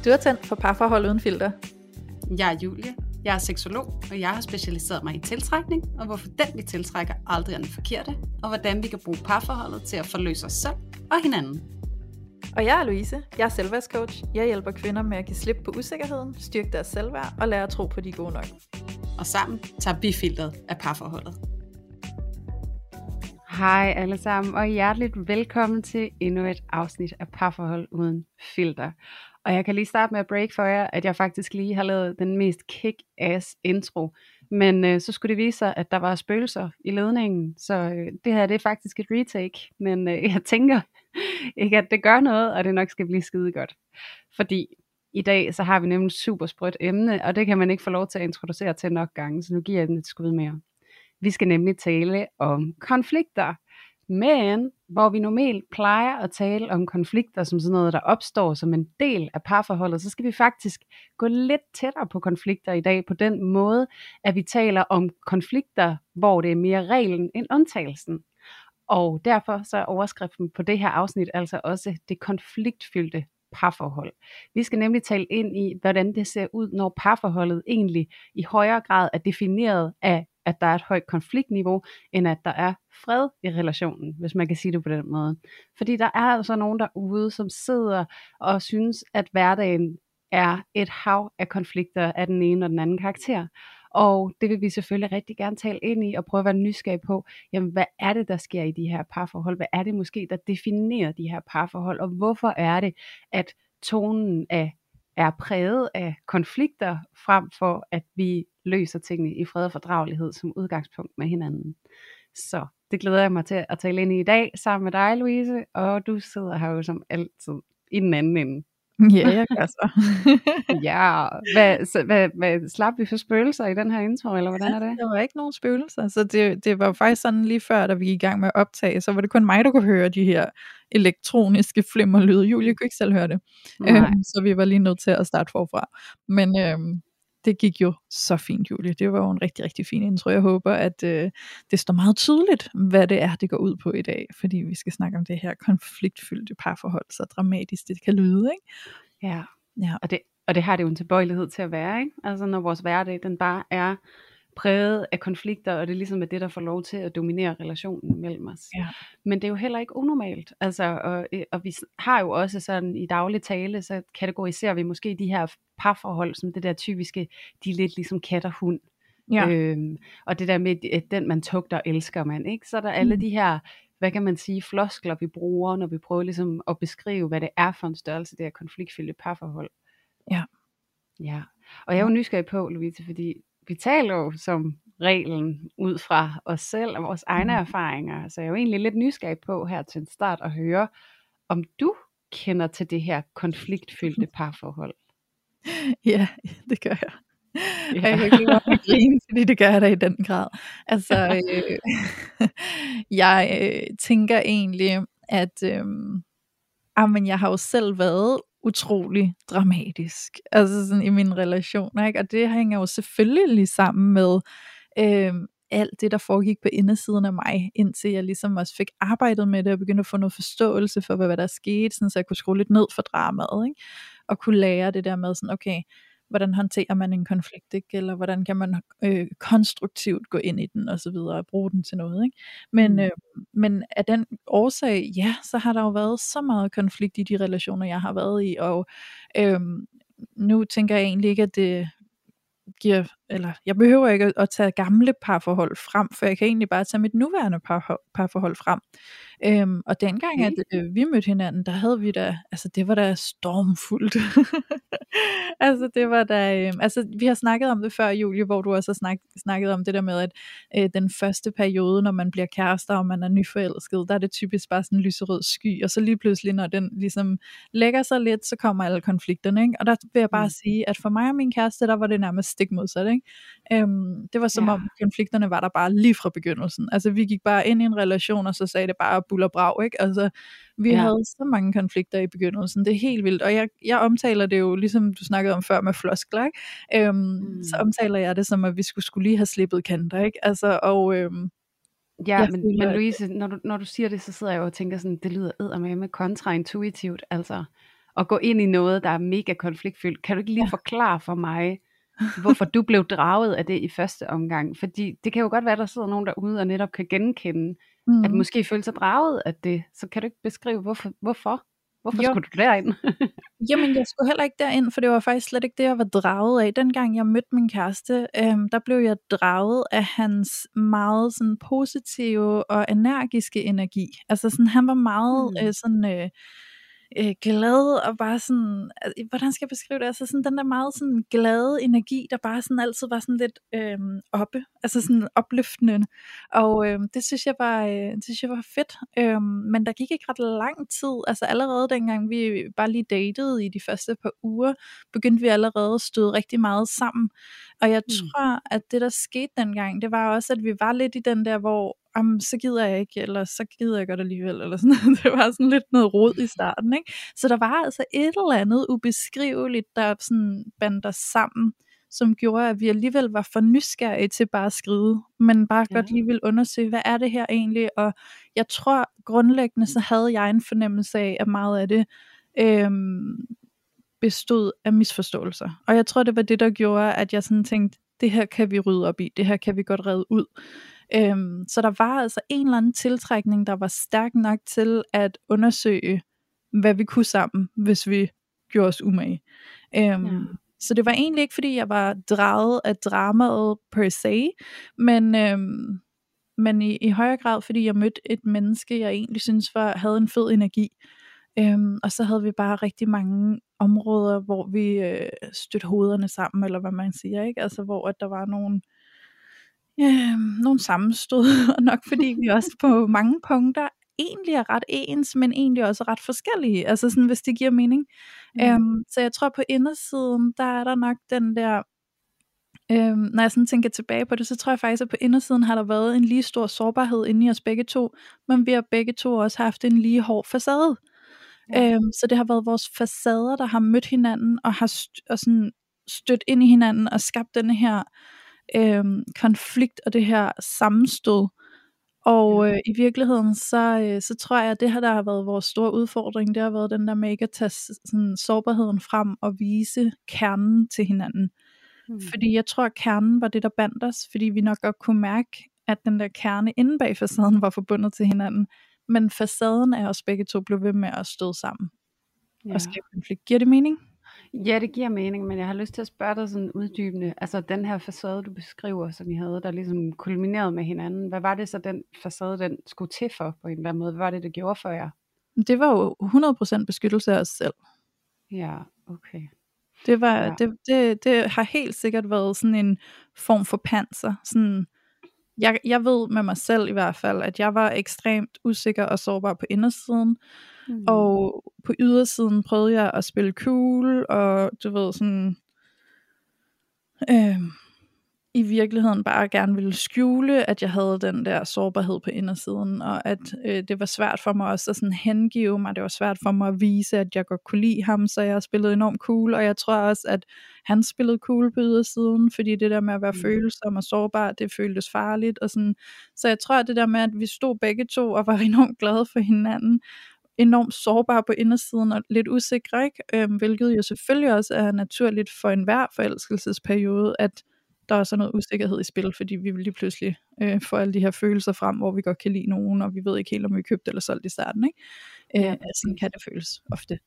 Du er tændt for parforhold uden filter. Jeg er Julie, jeg er seksolog, og jeg har specialiseret mig i tiltrækning, og hvorfor den vi tiltrækker aldrig er den forkerte, og hvordan vi kan bruge parforholdet til at forløse os selv og hinanden. Og jeg er Louise, jeg er selvværdscoach. Jeg hjælper kvinder med at give slip på usikkerheden, styrke deres selvværd og lære at tro på, de er gode nok. Og sammen tager vi filteret af parforholdet. Hej alle sammen, og hjerteligt velkommen til endnu et afsnit af Parforhold uden filter. Og jeg kan lige starte med at break for jer, at jeg faktisk lige har lavet den mest kick-ass intro. Men så skulle det vise sig, at der var spøgelser i ledningen, så det her det er faktisk et retake. Men jeg tænker ikke, at det gør noget, og det nok skal blive skide godt. Fordi i dag så har vi nemlig et super sprødt emne, og det kan man ikke få lov til at introducere til nok gange, så nu giver jeg den et skud mere. Vi skal nemlig tale om konflikter, men hvor vi normalt plejer at tale om konflikter som sådan noget, der opstår som en del af parforholdet, så skal vi faktisk gå lidt tættere på konflikter i dag på den måde, at vi taler om konflikter, hvor det er mere reglen end undtagelsen. Og derfor så er overskriften på det her afsnit altså også det konfliktfyldte parforhold. Vi skal nemlig tale ind i, hvordan det ser ud, når parforholdet egentlig i højere grad er defineret af, at der er et højt konfliktniveau, end at der er fred i relationen, hvis man kan sige det på den måde. Fordi der er altså nogen derude, som sidder og synes, at hverdagen er et hav af konflikter af den ene og den anden karakter. Og det vil vi selvfølgelig rigtig gerne tale ind i og prøve at være nysgerrige på, jamen hvad er det, der sker i de her parforhold? Hvad er det måske, der definerer de her parforhold? Og hvorfor er det, at tonen er præget af konflikter, frem for at vi løser tingene i fred og fordragelighed som udgangspunkt med hinanden? Så det glæder jeg mig til at tale ind i dag sammen med dig, Louise, og du sidder her jo som altid i den anden ende. Ja, jeg gør så. Ja, hvad slap vi for spøgelser i den her intro, eller hvordan er det? Der var ikke nogen spøgelser, så det var faktisk sådan lige før, da vi gik i gang med at optage, så var det kun mig, der kunne høre de her elektroniske flimmerlyde. Julie kunne ikke selv høre det, så vi var lige nødt til at starte forfra. Men det gik jo så fint, Julie. Det var jo en rigtig, rigtig fin intro. Jeg håber, at det står meget tydeligt, hvad det er, det går ud på i dag, fordi vi skal snakke om det her konfliktfyldte parforhold, så dramatisk det kan lyde, ikke? Ja. Og det har det jo en tilbøjelighed til at være, ikke? Altså når vores hverdag, den bare er præget af konflikter, og det er ligesom det, der får lov til at dominere relationen mellem os. Ja. Men det er jo heller ikke unormalt. Altså, og vi har jo også sådan i daglig tale, så kategoriserer vi måske de her parforhold som det der typiske, de er lidt ligesom kat og hund. Ja. Og det der med, at den man tugter, elsker man, ikke? Så er der alle de her, hvad kan man sige, floskler vi bruger, når vi prøver ligesom at beskrive, hvad det er for en størrelse, det her konfliktfyldte parforhold. Ja. Og jeg er jo nysgerrig på, Louise, fordi vi taler jo som reglen ud fra os selv og vores egne erfaringer, så jeg er jo egentlig lidt nysgerrig på her til en start at høre, om du kender til det her konfliktfyldte parforhold. Ja, det gør jeg. Ja. Jeg kan ikke lade mig grine, fordi det gør jeg da i den grad. Altså, jeg tænker egentlig, at men jeg har jo selv været utrolig dramatisk, altså sådan i min relation, ikke? Og det hænger jo selvfølgelig sammen med alt det, der foregik på indersiden af mig, indtil jeg ligesom også fik arbejdet med det, og begyndte at få noget forståelse for, hvad der skete, sådan, så jeg kunne skrue lidt ned for dramaet, ikke? Og kunne lære det der med sådan, okay, hvordan håndterer man en konflikt, ikke? Eller hvordan kan man konstruktivt gå ind i den, og så videre, og bruge den til noget, ikke? Men af den årsag, ja, så har der jo været så meget konflikt i de relationer, jeg har været i, og nu tænker jeg egentlig ikke, at det giver, eller jeg behøver ikke at tage gamle parforhold frem, for jeg kan egentlig bare tage mit nuværende parforhold frem. Og dengang, at vi mødte hinanden, der havde vi da, altså det var da stormfuldt. Altså det var da, altså vi har snakket om det før, Julie, hvor du også har snakket om det der med, at den første periode, når man bliver kærester, og man er nyforelsket, der er det typisk bare sådan en lyserød sky, og så lige pludselig, når den ligesom lægger sig lidt, så kommer alle konflikterne, ikke? Og der vil jeg bare sige, at for mig og min kæreste, der var det nærmest stik modsat, ikke? Det var som om konflikterne var der bare lige fra begyndelsen. Altså vi gik bare ind i en relation, og så sagde det bare buller brag, ikke? Altså vi havde så mange konflikter i begyndelsen. Det er helt vildt, og jeg omtaler det jo, ligesom du snakkede om før med floskler, ikke? Så omtaler jeg det som, at vi skulle lige have slippet kanter, ikke? Altså, og men Louise, når du siger det, så sidder jeg jo og tænker sådan, det lyder eddermame kontraintuitivt, altså at gå ind i noget, der er mega konfliktfyldt. Kan du ikke lige forklare for mig, hvorfor du blev draget af det i første omgang? Fordi det kan jo godt være, der sidder nogen derude og netop kan genkende, at måske føle sig draget af det. Så kan du ikke beskrive, hvorfor? Hvorfor skulle du derind? Jamen, jeg skulle heller ikke derind, for det var faktisk slet ikke det, jeg var draget af. Dengang jeg mødte min kæreste, der blev jeg draget af hans meget sådan positive og energiske energi. Altså sådan, han var meget glad og bare sådan, hvordan skal jeg beskrive det? Altså sådan den der meget sådan glade energi, der bare sådan altid var sådan lidt oppe, altså sådan opløftende. Og det synes jeg var fedt. Men der gik ikke ret lang tid, altså allerede dengang vi bare lige datede i de første par uger, begyndte vi allerede at støde rigtig meget sammen. Og jeg tror, at det der skete dengang, det var også, at vi var lidt i den der, hvor så gider jeg ikke, eller så gider jeg godt alligevel, eller sådan noget. Det var sådan lidt noget rod i starten, ikke? Så der var altså et eller andet ubeskriveligt, der sådan bandt os sammen, som gjorde, at vi alligevel var for nysgerrige til bare at skrive, men bare godt lige ville undersøge, hvad er det her egentlig? Og jeg tror grundlæggende, så havde jeg en fornemmelse af, at meget af det bestod af misforståelser. Og jeg tror, det var det, der gjorde, at jeg sådan tænkte, det her kan vi rydde op i, det her kan vi godt redde ud. Så der var altså en eller anden tiltrækning, der var stærk nok til at undersøge, hvad vi kunne sammen, hvis vi gjorde os umage. Så det var egentlig ikke, fordi jeg var draget af dramaet per se, men i højere grad, fordi jeg mødte et menneske, jeg egentlig synes havde en fed energi. Og så havde vi bare rigtig mange områder, hvor vi stødte hovederne sammen, eller hvad man siger, ikke? Altså hvor at der var nogle sammenstød, og nok fordi vi også på mange punkter egentlig er ret ens, men egentlig også ret forskellige, altså sådan, hvis det giver mening. Så jeg tror på indersiden, der er der nok den der, når jeg sådan tænker tilbage på det, så tror jeg faktisk, at på indersiden har der været en lige stor sårbarhed inde i os begge to, men vi har begge to også haft en lige hård facade. Så det har været vores facader, der har mødt hinanden, og har sådan stødt ind i hinanden, og skabt denne her konflikt, og det her sammenstød. Og i virkeligheden, så tror jeg, at det her, der har været vores store udfordring, det har været den der med ikke at tage sådan sårbarheden frem, og vise kernen til hinanden. Fordi jeg tror, at kernen var det, der bandt os, fordi vi nok godt kunne mærke, at den der kerne inde bag facaden var forbundet til hinanden. Men facaden af os begge to blev ved med at støde sammen og skabe konflikt. Giver det mening? Ja, det giver mening, men jeg har lyst til at spørge dig sådan uddybende, altså den her facade, du beskriver, som I havde, der ligesom kulminerede med hinanden, hvad var det så, den facade, den skulle til for på en eller anden måde? Hvad var det gjorde for jer? Det var jo 100% beskyttelse af os selv. Ja, okay. Det var, det har helt sikkert været sådan en form for panser, sådan. Jeg ved med mig selv i hvert fald, at jeg var ekstremt usikker og sårbar på indersiden, og på ydersiden prøvede jeg at spille cool, og du ved sådan, i virkeligheden bare gerne ville skjule, at jeg havde den der sårbarhed på indersiden, og at det var svært for mig også at sådan hengive mig, det var svært for mig at vise, at jeg godt kunne lide ham, så jeg spillede enormt cool, og jeg tror også, at han spillede cool på ydersiden, fordi det der med at være følsom og sårbar, det føltes farligt, og sådan, så jeg tror, at det der med, at vi stod begge to og var enormt glade for hinanden, enormt sårbare på indersiden og lidt usikre, ikke? Hvilket jo selvfølgelig også er naturligt for enhver forelskelsesperiode, at der er også noget usikkerhed i spil, fordi vi vil lige pludselig få alle de her følelser frem, hvor vi godt kan lide nogen, og vi ved ikke helt, om vi købte eller solgt i starten, ikke? Sådan kan det føles ofte.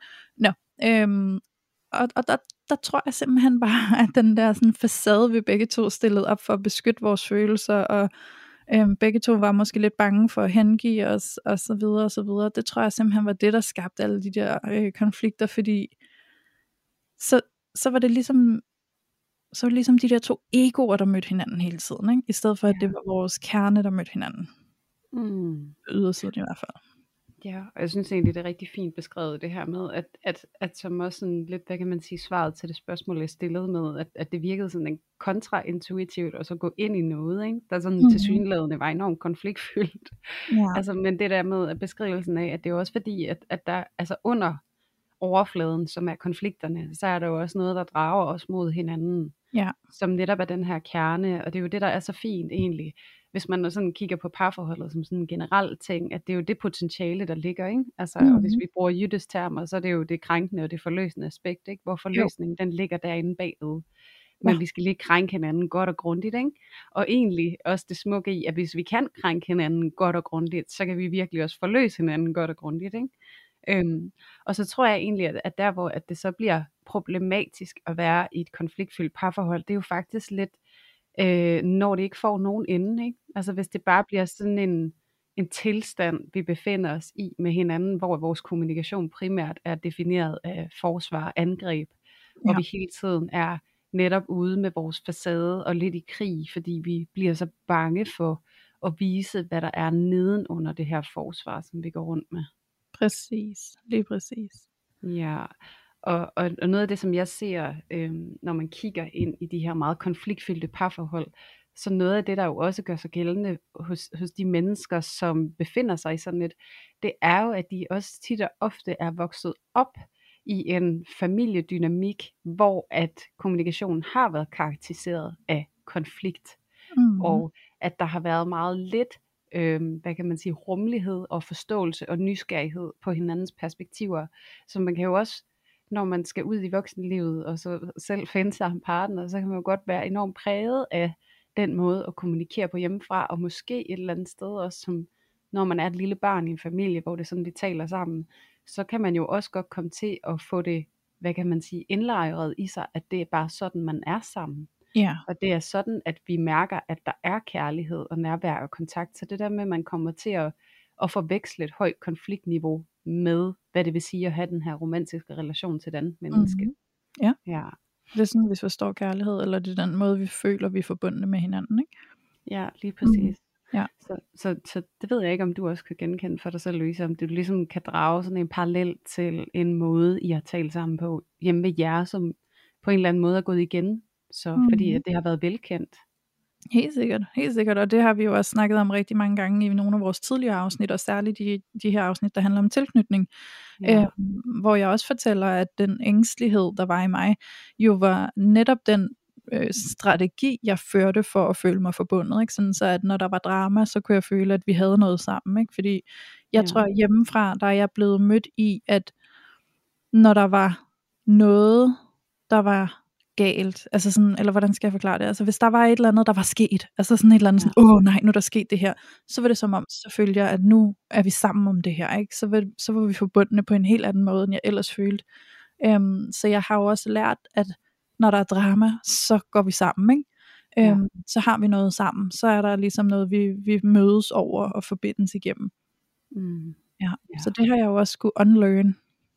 Og der tror jeg simpelthen bare, at den der sådan facade, vi begge to stillede op for at beskytte vores følelser, og begge to var måske lidt bange for at hengive os, og så videre, og så videre. Det tror jeg simpelthen var det, der skabte alle de der konflikter, fordi så var det ligesom de der to egoer, der mødte hinanden hele tiden, ikke? I stedet for, at det var vores kerne, der mødte hinanden. Ydersiden i hvert fald. Ja, og jeg synes egentlig, det er rigtig fint beskrevet det her med, at som også sådan lidt, hvad kan man sige, svaret til det spørgsmål, jeg stillede med, at det virkede sådan en kontraintuitivt, og så gå ind i noget, ikke? Der sådan tilsyneladende var enormt konfliktfyldt. Altså, men det der med at beskrivelsen af, at det er også fordi, at der, altså under overfladen, som er konflikterne, så er der jo også noget, der drager os mod hinanden, som netop er den her kerne, og det er jo det, der er så fint egentlig, hvis man sådan kigger på parforholdet som sådan en generel ting, at det er jo det potentiale, der ligger, ikke? Altså, og hvis vi bruger Jyttes termer, så er det jo det krænkende og det forløsende aspekt, ikke? Hvor forløsningen, den ligger derinde bagved. Men vi skal lige krænke hinanden godt og grundigt, ikke? Og egentlig også det smukke i, at hvis vi kan krænke hinanden godt og grundigt, så kan vi virkelig også forløse hinanden godt og grundigt, ikke? Og så tror jeg egentlig, at der hvor at det så bliver problematisk at være i et konfliktfyldt parforhold, det er jo faktisk lidt, når det ikke får nogen ende, ikke? Altså hvis det bare bliver sådan en tilstand, vi befinder os i med hinanden, hvor vores kommunikation primært er defineret af forsvar og angreb, og vi hele tiden er netop ude med vores facade og lidt i krig, fordi vi bliver så bange for at vise, hvad der er nedenunder det her forsvar, som vi går rundt med. Præcis, lige præcis. Ja, og noget af det, som jeg ser, når man kigger ind i de her meget konfliktfyldte parforhold, så noget af det, der jo også gør sig gældende hos de mennesker, som befinder sig i sådan et, det er jo, at de også tit og ofte er vokset op i en familiedynamik, hvor at kommunikationen har været karakteriseret af konflikt, og at der har været meget lidt, hvad kan man sige, rummelighed og forståelse og nysgerrighed på hinandens perspektiver. Så man kan jo også, når man skal ud i voksenlivet og så selv finde sig en partner, så kan man jo godt være enormt præget af den måde at kommunikere på hjemmefra, og måske et eller andet sted også, som når man er et lille barn i en familie, hvor det er sådan, de taler sammen, så kan man jo også godt komme til at få det, hvad kan man sige, indlejret i sig, at det er bare sådan, man er sammen. Ja. Og det er sådan, at vi mærker, at der er kærlighed og nærvær og kontakt. Så det der med, at man kommer til at forveksle et højt konfliktniveau med, hvad det vil sige at have den her romantiske relation til et andet menneske. Ja. Ja. Det er sådan, vi forstår kærlighed, eller det er den måde, vi føler, vi er forbundet med hinanden, ikke? Ja, lige præcis. Ja. Så det ved jeg ikke, om du også kan genkende for dig selv, Louise, om du ligesom kan drage sådan en parallel til en måde, I har talt sammen på hjemme ved jer, som på en eller anden måde er gået igen, så fordi at det har været velkendt. Helt sikkert, og det har vi jo også snakket om rigtig mange gange i nogle af vores tidligere afsnit, og særligt de her afsnit, der handler om tilknytning, hvor jeg også fortæller, at den ængstelighed, der var i mig, jo var netop den strategi, jeg førte for at føle mig forbundet, ikke? Sådan så at når der var drama, så kunne jeg føle, at vi havde noget sammen, ikke? Fordi jeg tror, at hjemmefra, der er jeg blevet mødt i, at når der var noget, der var galt, altså sådan, eller hvordan skal jeg forklare det, altså hvis der var et eller andet, der var sket, altså sådan et eller andet, sådan, nej, nu er der sket det her, så var det som om, så følte jeg, at nu er vi sammen om det her, ikke? Så var vi forbundne på en helt anden måde, end jeg ellers følte. Så jeg har jo også lært, at når der er drama, så går vi sammen, ikke? Så har vi noget sammen, så er der ligesom noget, vi mødes over og forbindes igennem. Ja. Så det har jeg jo også skulle unlearn.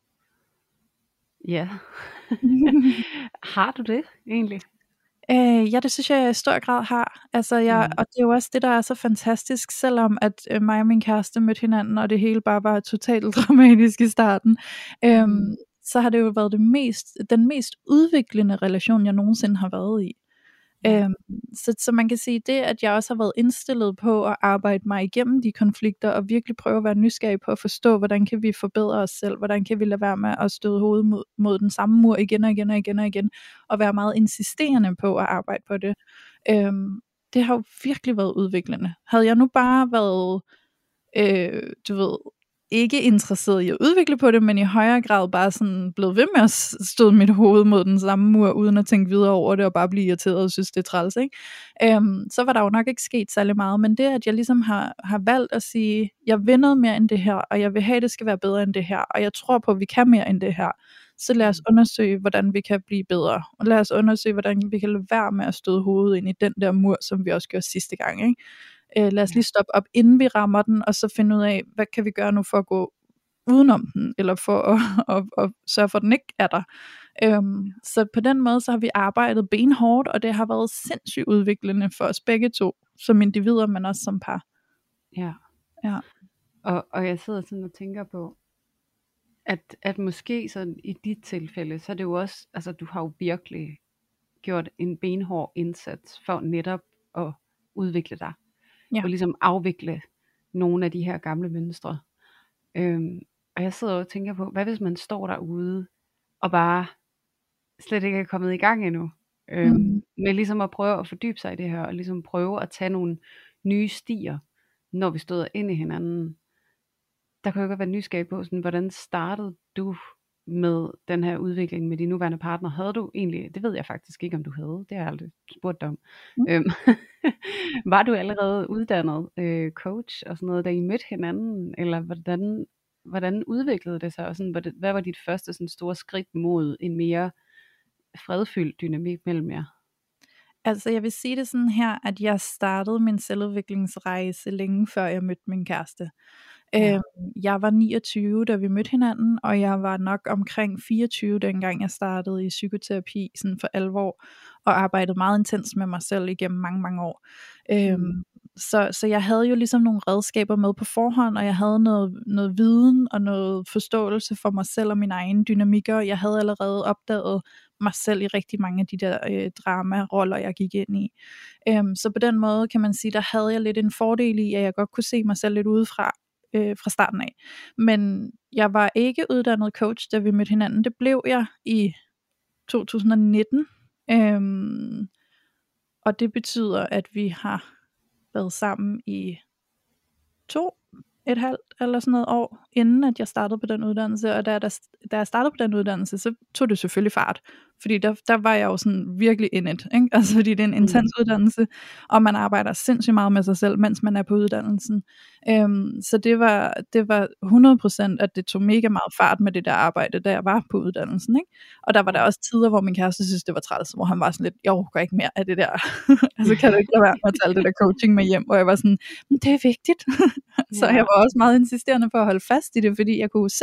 Ja. Har du det egentlig? Ja, det synes jeg i stor grad har. Altså og det er jo også det, der er så fantastisk, selvom at mig og min kæreste mødte hinanden, og det hele bare var totalt dramatisk i starten. Så har det jo været den mest udviklende relation, jeg nogensinde har været i. Så man kan sige det, at jeg også har været indstillet på at arbejde mig igennem de konflikter, og virkelig prøve at være nysgerrig på at forstå, hvordan kan vi forbedre os selv, hvordan kan vi lade være med at støde hovedet mod den samme mur igen og igen og igen og igen, og være meget insisterende på at arbejde på det. Det har jo virkelig været udviklende. Havde jeg nu bare været, ikke interesseret i at udvikle på det, men i højere grad bare sådan blevet ved med at støde mit hoved mod den samme mur, uden at tænke videre over det, og bare blive irriteret og synes, det er træls, ikke? Så var der jo nok ikke sket særlig meget, men det, at jeg ligesom har valgt at sige, jeg vil noget mere end det her, og jeg vil have, at det skal være bedre end det her, og jeg tror på, at vi kan mere end det her, så lad os undersøge, hvordan vi kan blive bedre, og lad os undersøge, hvordan vi kan lade være med at støde hovedet ind i den der mur, som vi også gjorde sidste gang, ikke? Lad os lige stoppe op, inden vi rammer den, og så finde ud af, hvad kan vi gøre nu for at gå udenom den, eller for at sørge for, at den ikke er der. Så på den måde, så har vi arbejdet benhårdt, og det har været sindssygt udviklende for os begge to, som individer, men også som par. Ja. Og jeg sidder sådan og tænker på, at måske sådan i dit tilfælde, så er det jo også, altså du har jo virkelig gjort en benhård indsats for netop at udvikle dig. Og ligesom afvikle nogle af de her gamle mønstre. Og jeg sidder og tænker på, hvad hvis man står derude og bare slet ikke er kommet i gang endnu, med ligesom at prøve at fordybe sig i det her, og ligesom prøve at tage nogle nye stier, når vi støder ind i hinanden. Der kan jo godt være nysgerrig på, sådan, hvordan startede du med den her udvikling med din nuværende partner? Havde du egentlig, det ved jeg faktisk ikke, om du havde, det har jeg aldrig spurgt dig om. Var du allerede uddannet coach og sådan noget, da I mødte hinanden, eller hvordan udviklede det sig, og sådan, hvad var dit første sådan, store skridt mod en mere fredfyldt dynamik mellem jer? Altså jeg vil sige det sådan her, at jeg startede min selvudviklingsrejse længe før jeg mødte min kæreste. Ja. Jeg var 29, da vi mødte hinanden, og jeg var nok omkring 24, dengang jeg startede i psykoterapi sådan for alvor, og arbejdede meget intens med mig selv igennem mange, mange år. Så jeg havde jo ligesom nogle redskaber med på forhånd, og jeg havde noget viden og noget forståelse for mig selv og mine egne dynamikker. Jeg havde allerede opdaget mig selv i rigtig mange af de der dramaroller, jeg gik ind i. Så på den måde kan man sige, der havde jeg lidt en fordel i, at jeg godt kunne se mig selv lidt udefra fra starten af. Men jeg var ikke uddannet coach, da vi mødte hinanden. Det blev jeg i 2019. Og det betyder, at vi har været sammen i 2,5 eller sådan noget år, inden at jeg startede på den uddannelse, og da jeg startede på den uddannelse, så tog det selvfølgelig fart, fordi der var jeg jo sådan virkelig in it, ikke? Altså fordi det er en intens uddannelse, og man arbejder sindssygt meget med sig selv, mens man er på uddannelsen, så det var 100%, at det tog mega meget fart med det der arbejde, da jeg var på uddannelsen, ikke? Og der var der også tider, hvor min kæreste synes, det var træls, hvor han var sådan lidt, jeg orker ikke mere af det der, altså kan du ikke lade være med at tage alt det der coaching med hjem, og jeg var sådan, men det er vigtigt. Så jeg var også meget insisterende på at holde fast i det, fordi jeg kunne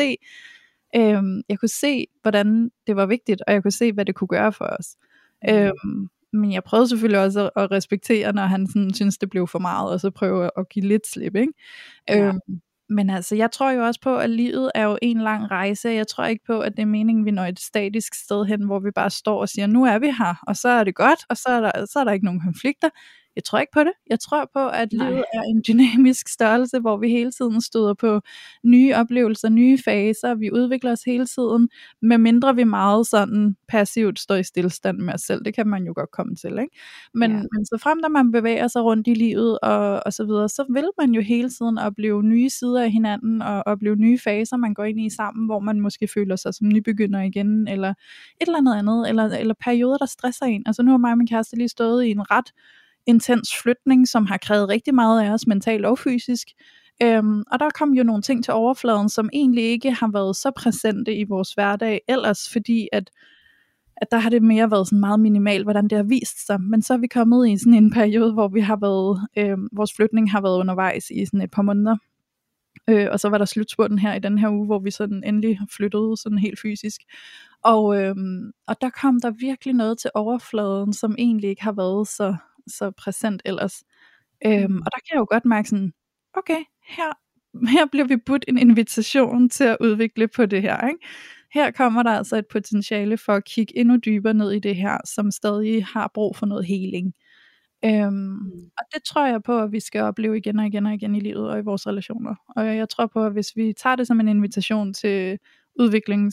se, hvordan det var vigtigt, og jeg kunne se, hvad det kunne gøre for os. Men jeg prøvede selvfølgelig også at respektere, når han sådan synes det blev for meget, og så prøve at give lidt slip, ikke? Men altså, jeg tror jo også på, at livet er jo en lang rejse. Jeg tror ikke på, at det er meningen, vi når et statisk sted hen, hvor vi bare står og siger, nu er vi her, og så er det godt, og så er der ikke nogen konflikter. Jeg tror ikke på det. Jeg tror på, at livet er en dynamisk størrelse, hvor vi hele tiden støder på nye oplevelser, nye faser. Vi udvikler os hele tiden, medmindre vi meget sådan passivt står i stillestand med os selv. Det kan man jo godt komme til, ikke? Men så frem da man bevæger sig rundt i livet og så videre, så vil man jo hele tiden opleve nye sider af hinanden og opleve nye faser, man går ind i sammen, hvor man måske føler sig som nybegynder igen, eller et eller andet, eller perioder, der stresser en. Altså nu har mig og min kæreste lige stået i en ret intens flytning, som har krævet rigtig meget af os, mentalt og fysisk. Og der kom jo nogle ting til overfladen, som egentlig ikke har været så præsente i vores hverdag ellers, fordi at der har det mere været sådan meget minimalt, hvordan det har vist sig. Men så er vi kommet i sådan en periode, hvor vi har været, vores flytning har været undervejs i sådan et par måneder. Og så var der slutspurten her i den her uge, hvor vi sådan endelig flyttede sådan helt fysisk. Og der kom der virkelig noget til overfladen, som egentlig ikke har været så præsent ellers. Og der kan jeg jo godt mærke sådan, okay, her bliver vi budt en invitation til at udvikle på det her, ikke? Her kommer der altså et potentiale for at kigge endnu dybere ned i det her, som stadig har brug for noget healing. Og det tror jeg på, at vi skal opleve igen og igen og igen i livet og i vores relationer. Og jeg tror på, at hvis vi tager det som en invitation til udvikling,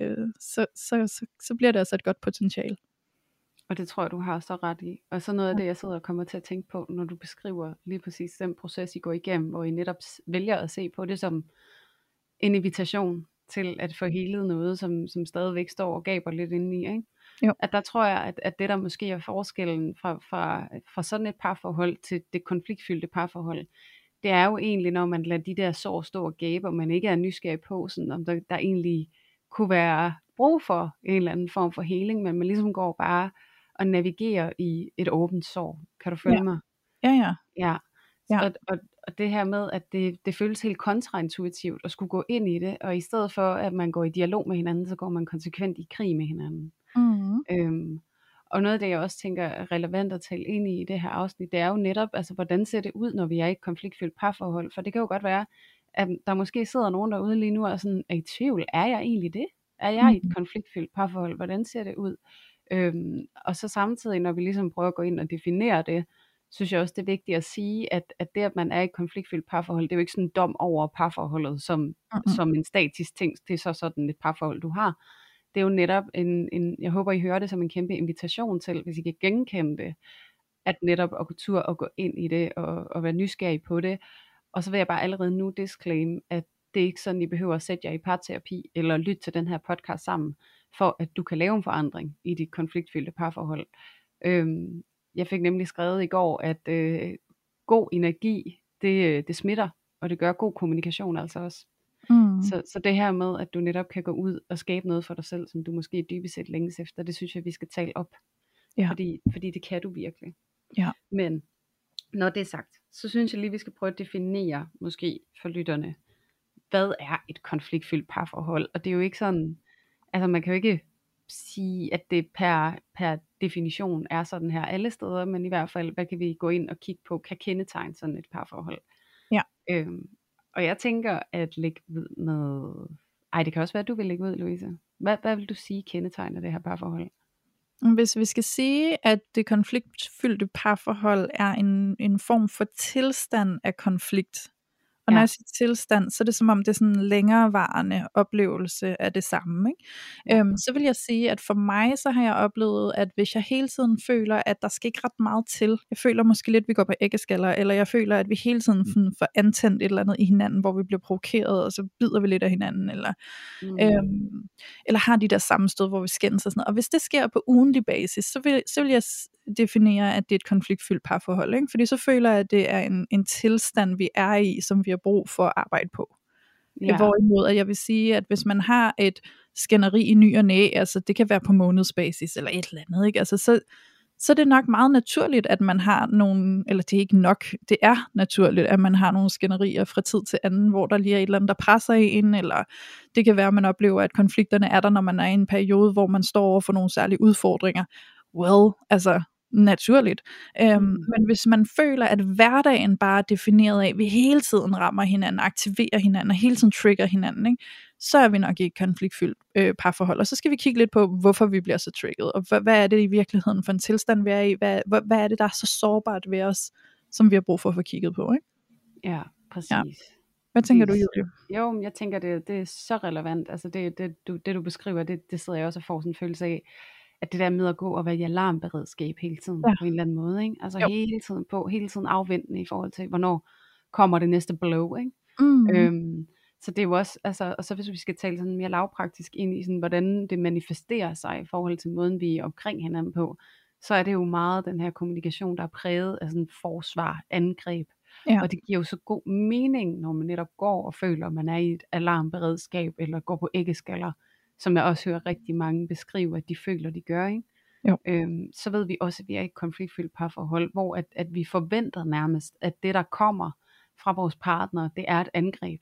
så bliver det altså et godt potentiale. Og det tror jeg, du har så ret i. Og så noget af det, jeg sidder og kommer til at tænke på, når du beskriver lige præcis den proces, I går igennem, hvor I netop vælger at se på det som en invitation til at få healet noget, som stadigvæk står og gaber lidt indeni, ikke? Jo. At der tror jeg, at det der måske er forskellen fra sådan et parforhold til det konfliktfyldte parforhold, det er jo egentlig, når man lader de der sår stå og gabe, og man ikke er nysgerrig på, sådan, om der egentlig kunne være brug for en eller anden form for healing, men man ligesom går bare og navigerer i et åbent sår. Kan du følge mig? Ja. Og det her med, at det føles helt kontraintuitivt at skulle gå ind i det, og i stedet for, at man går i dialog med hinanden, så går man konsekvent i krig med hinanden. Og noget af det, jeg også tænker er relevant at tale ind i det her afsnit, det er jo netop, altså hvordan ser det ud, når vi er i et konfliktfyldt parforhold? For det kan jo godt være, at der måske sidder nogen derude lige nu og sådan er i tvivl, er jeg egentlig det? Er jeg i et konfliktfyldt parforhold? Hvordan ser det ud? Og så samtidig, når vi ligesom prøver at gå ind og definere det, synes jeg også, det er vigtigt at sige, at det, at man er i et konfliktfyldt parforhold, det er jo ikke sådan en dom over parforholdet, som en statisk ting, det er så sådan et parforhold, du har. Det er jo netop jeg håber, I hører det som en kæmpe invitation til, hvis I kan genkende det, at netop at gå tur og gå ind i det, og være nysgerrig på det. Og så vil jeg bare allerede nu disclaim, at det er ikke sådan, I behøver at sætte jer i parterapi, eller lytte til den her podcast sammen, for at du kan lave en forandring i dit konfliktfyldte parforhold. Jeg fik nemlig skrevet i går, at god energi, det smitter, og det gør god kommunikation altså også. Så det her med, at du netop kan gå ud og skabe noget for dig selv, som du måske dybest set længes efter, det synes jeg, vi skal tale op. Ja. Fordi det kan du virkelig. Ja. Men når det er sagt, så synes jeg lige, vi skal prøve at definere, måske for lytterne, hvad er et konfliktfyldt parforhold? Og det er jo ikke sådan, altså man kan jo ikke sige, at det per definition er sådan her alle steder, men i hvert fald, hvad kan vi gå ind og kigge på, kan kendetegne sådan et parforhold. Ja. Og jeg tænker at lægge ud med, det kan også være, at du vil lægge ud, Louise. Hvad vil du sige kendetegner det her parforhold? Hvis vi skal sige, at det konfliktfyldte parforhold er en form for tilstand af konflikt, og når jeg siger tilstand, så er det som om det er sådan en længerevarende oplevelse af det samme, ikke? Så vil jeg sige, at for mig, så har jeg oplevet, at hvis jeg hele tiden føler, at der skal ikke ret meget til, jeg føler måske lidt, at vi går på æggeskaller, eller jeg føler, at vi hele tiden får antændt et eller andet i hinanden, hvor vi bliver provokeret, og så bider vi lidt af hinanden, eller har de der sammenstød, hvor vi skændes og sådan noget. Og hvis det sker på ugentlig basis, så vil jeg definere, at det er et konfliktfyldt parforhold, ikke? Fordi så føler jeg, at det er en tilstand, vi er i, som vi har brug for at arbejde på. Ja. Hvorimod, at jeg vil sige, at hvis man har et skænderi i ny og næ, altså det kan være på månedsbasis eller et eller andet, ikke? Altså så er det nok meget naturligt, at man har nogle, eller det er ikke nok, det er naturligt, at man har nogle skænderier fra tid til anden, hvor der lige er et eller andet, der presser en, eller det kan være, at man oplever, at konflikterne er der, når man er i en periode, hvor man står over for nogle særlige udfordringer. Altså naturligt. Men hvis man føler, at hverdagen bare er defineret af, at vi hele tiden rammer hinanden, aktiverer hinanden, og hele tiden trigger hinanden, ikke? Så er vi nok i et konfliktfyldt parforhold. Og så skal vi kigge lidt på, hvorfor vi bliver så trigget, og hvad er det i virkeligheden for en tilstand, vi er i? Hvad er det, der er så sårbart ved os, som vi har brug for at få kigget på, ikke? Ja, præcis. Ja. Hvad tænker du, Julie? Jo, jeg tænker, det er så relevant. Altså det du beskriver, det sidder jeg også og får sådan en følelse af, at det der med at gå og være i alarmberedskab hele tiden, på en eller anden måde, ikke? Altså hele tiden hele tiden afventende i forhold til, hvornår kommer det næste blow, ikke? Så det er jo også, altså, og så hvis vi skal tale sådan mere lavpraktisk ind i sådan, hvordan det manifesterer sig i forhold til måden, vi er omkring hinanden på, så er det jo meget den her kommunikation, der er præget af sådan forsvar, angreb. Ja. Og det giver jo så god mening, når man netop går og føler, at man er i et alarmberedskab, eller går på æggeskaller, som jeg også hører rigtig mange beskrive, at de føler, de gør, ikke? Jo. Så ved vi også, at vi er i et konfliktfyldt parforhold, hvor at vi forventer nærmest, at det der kommer fra vores partner, det er et angreb.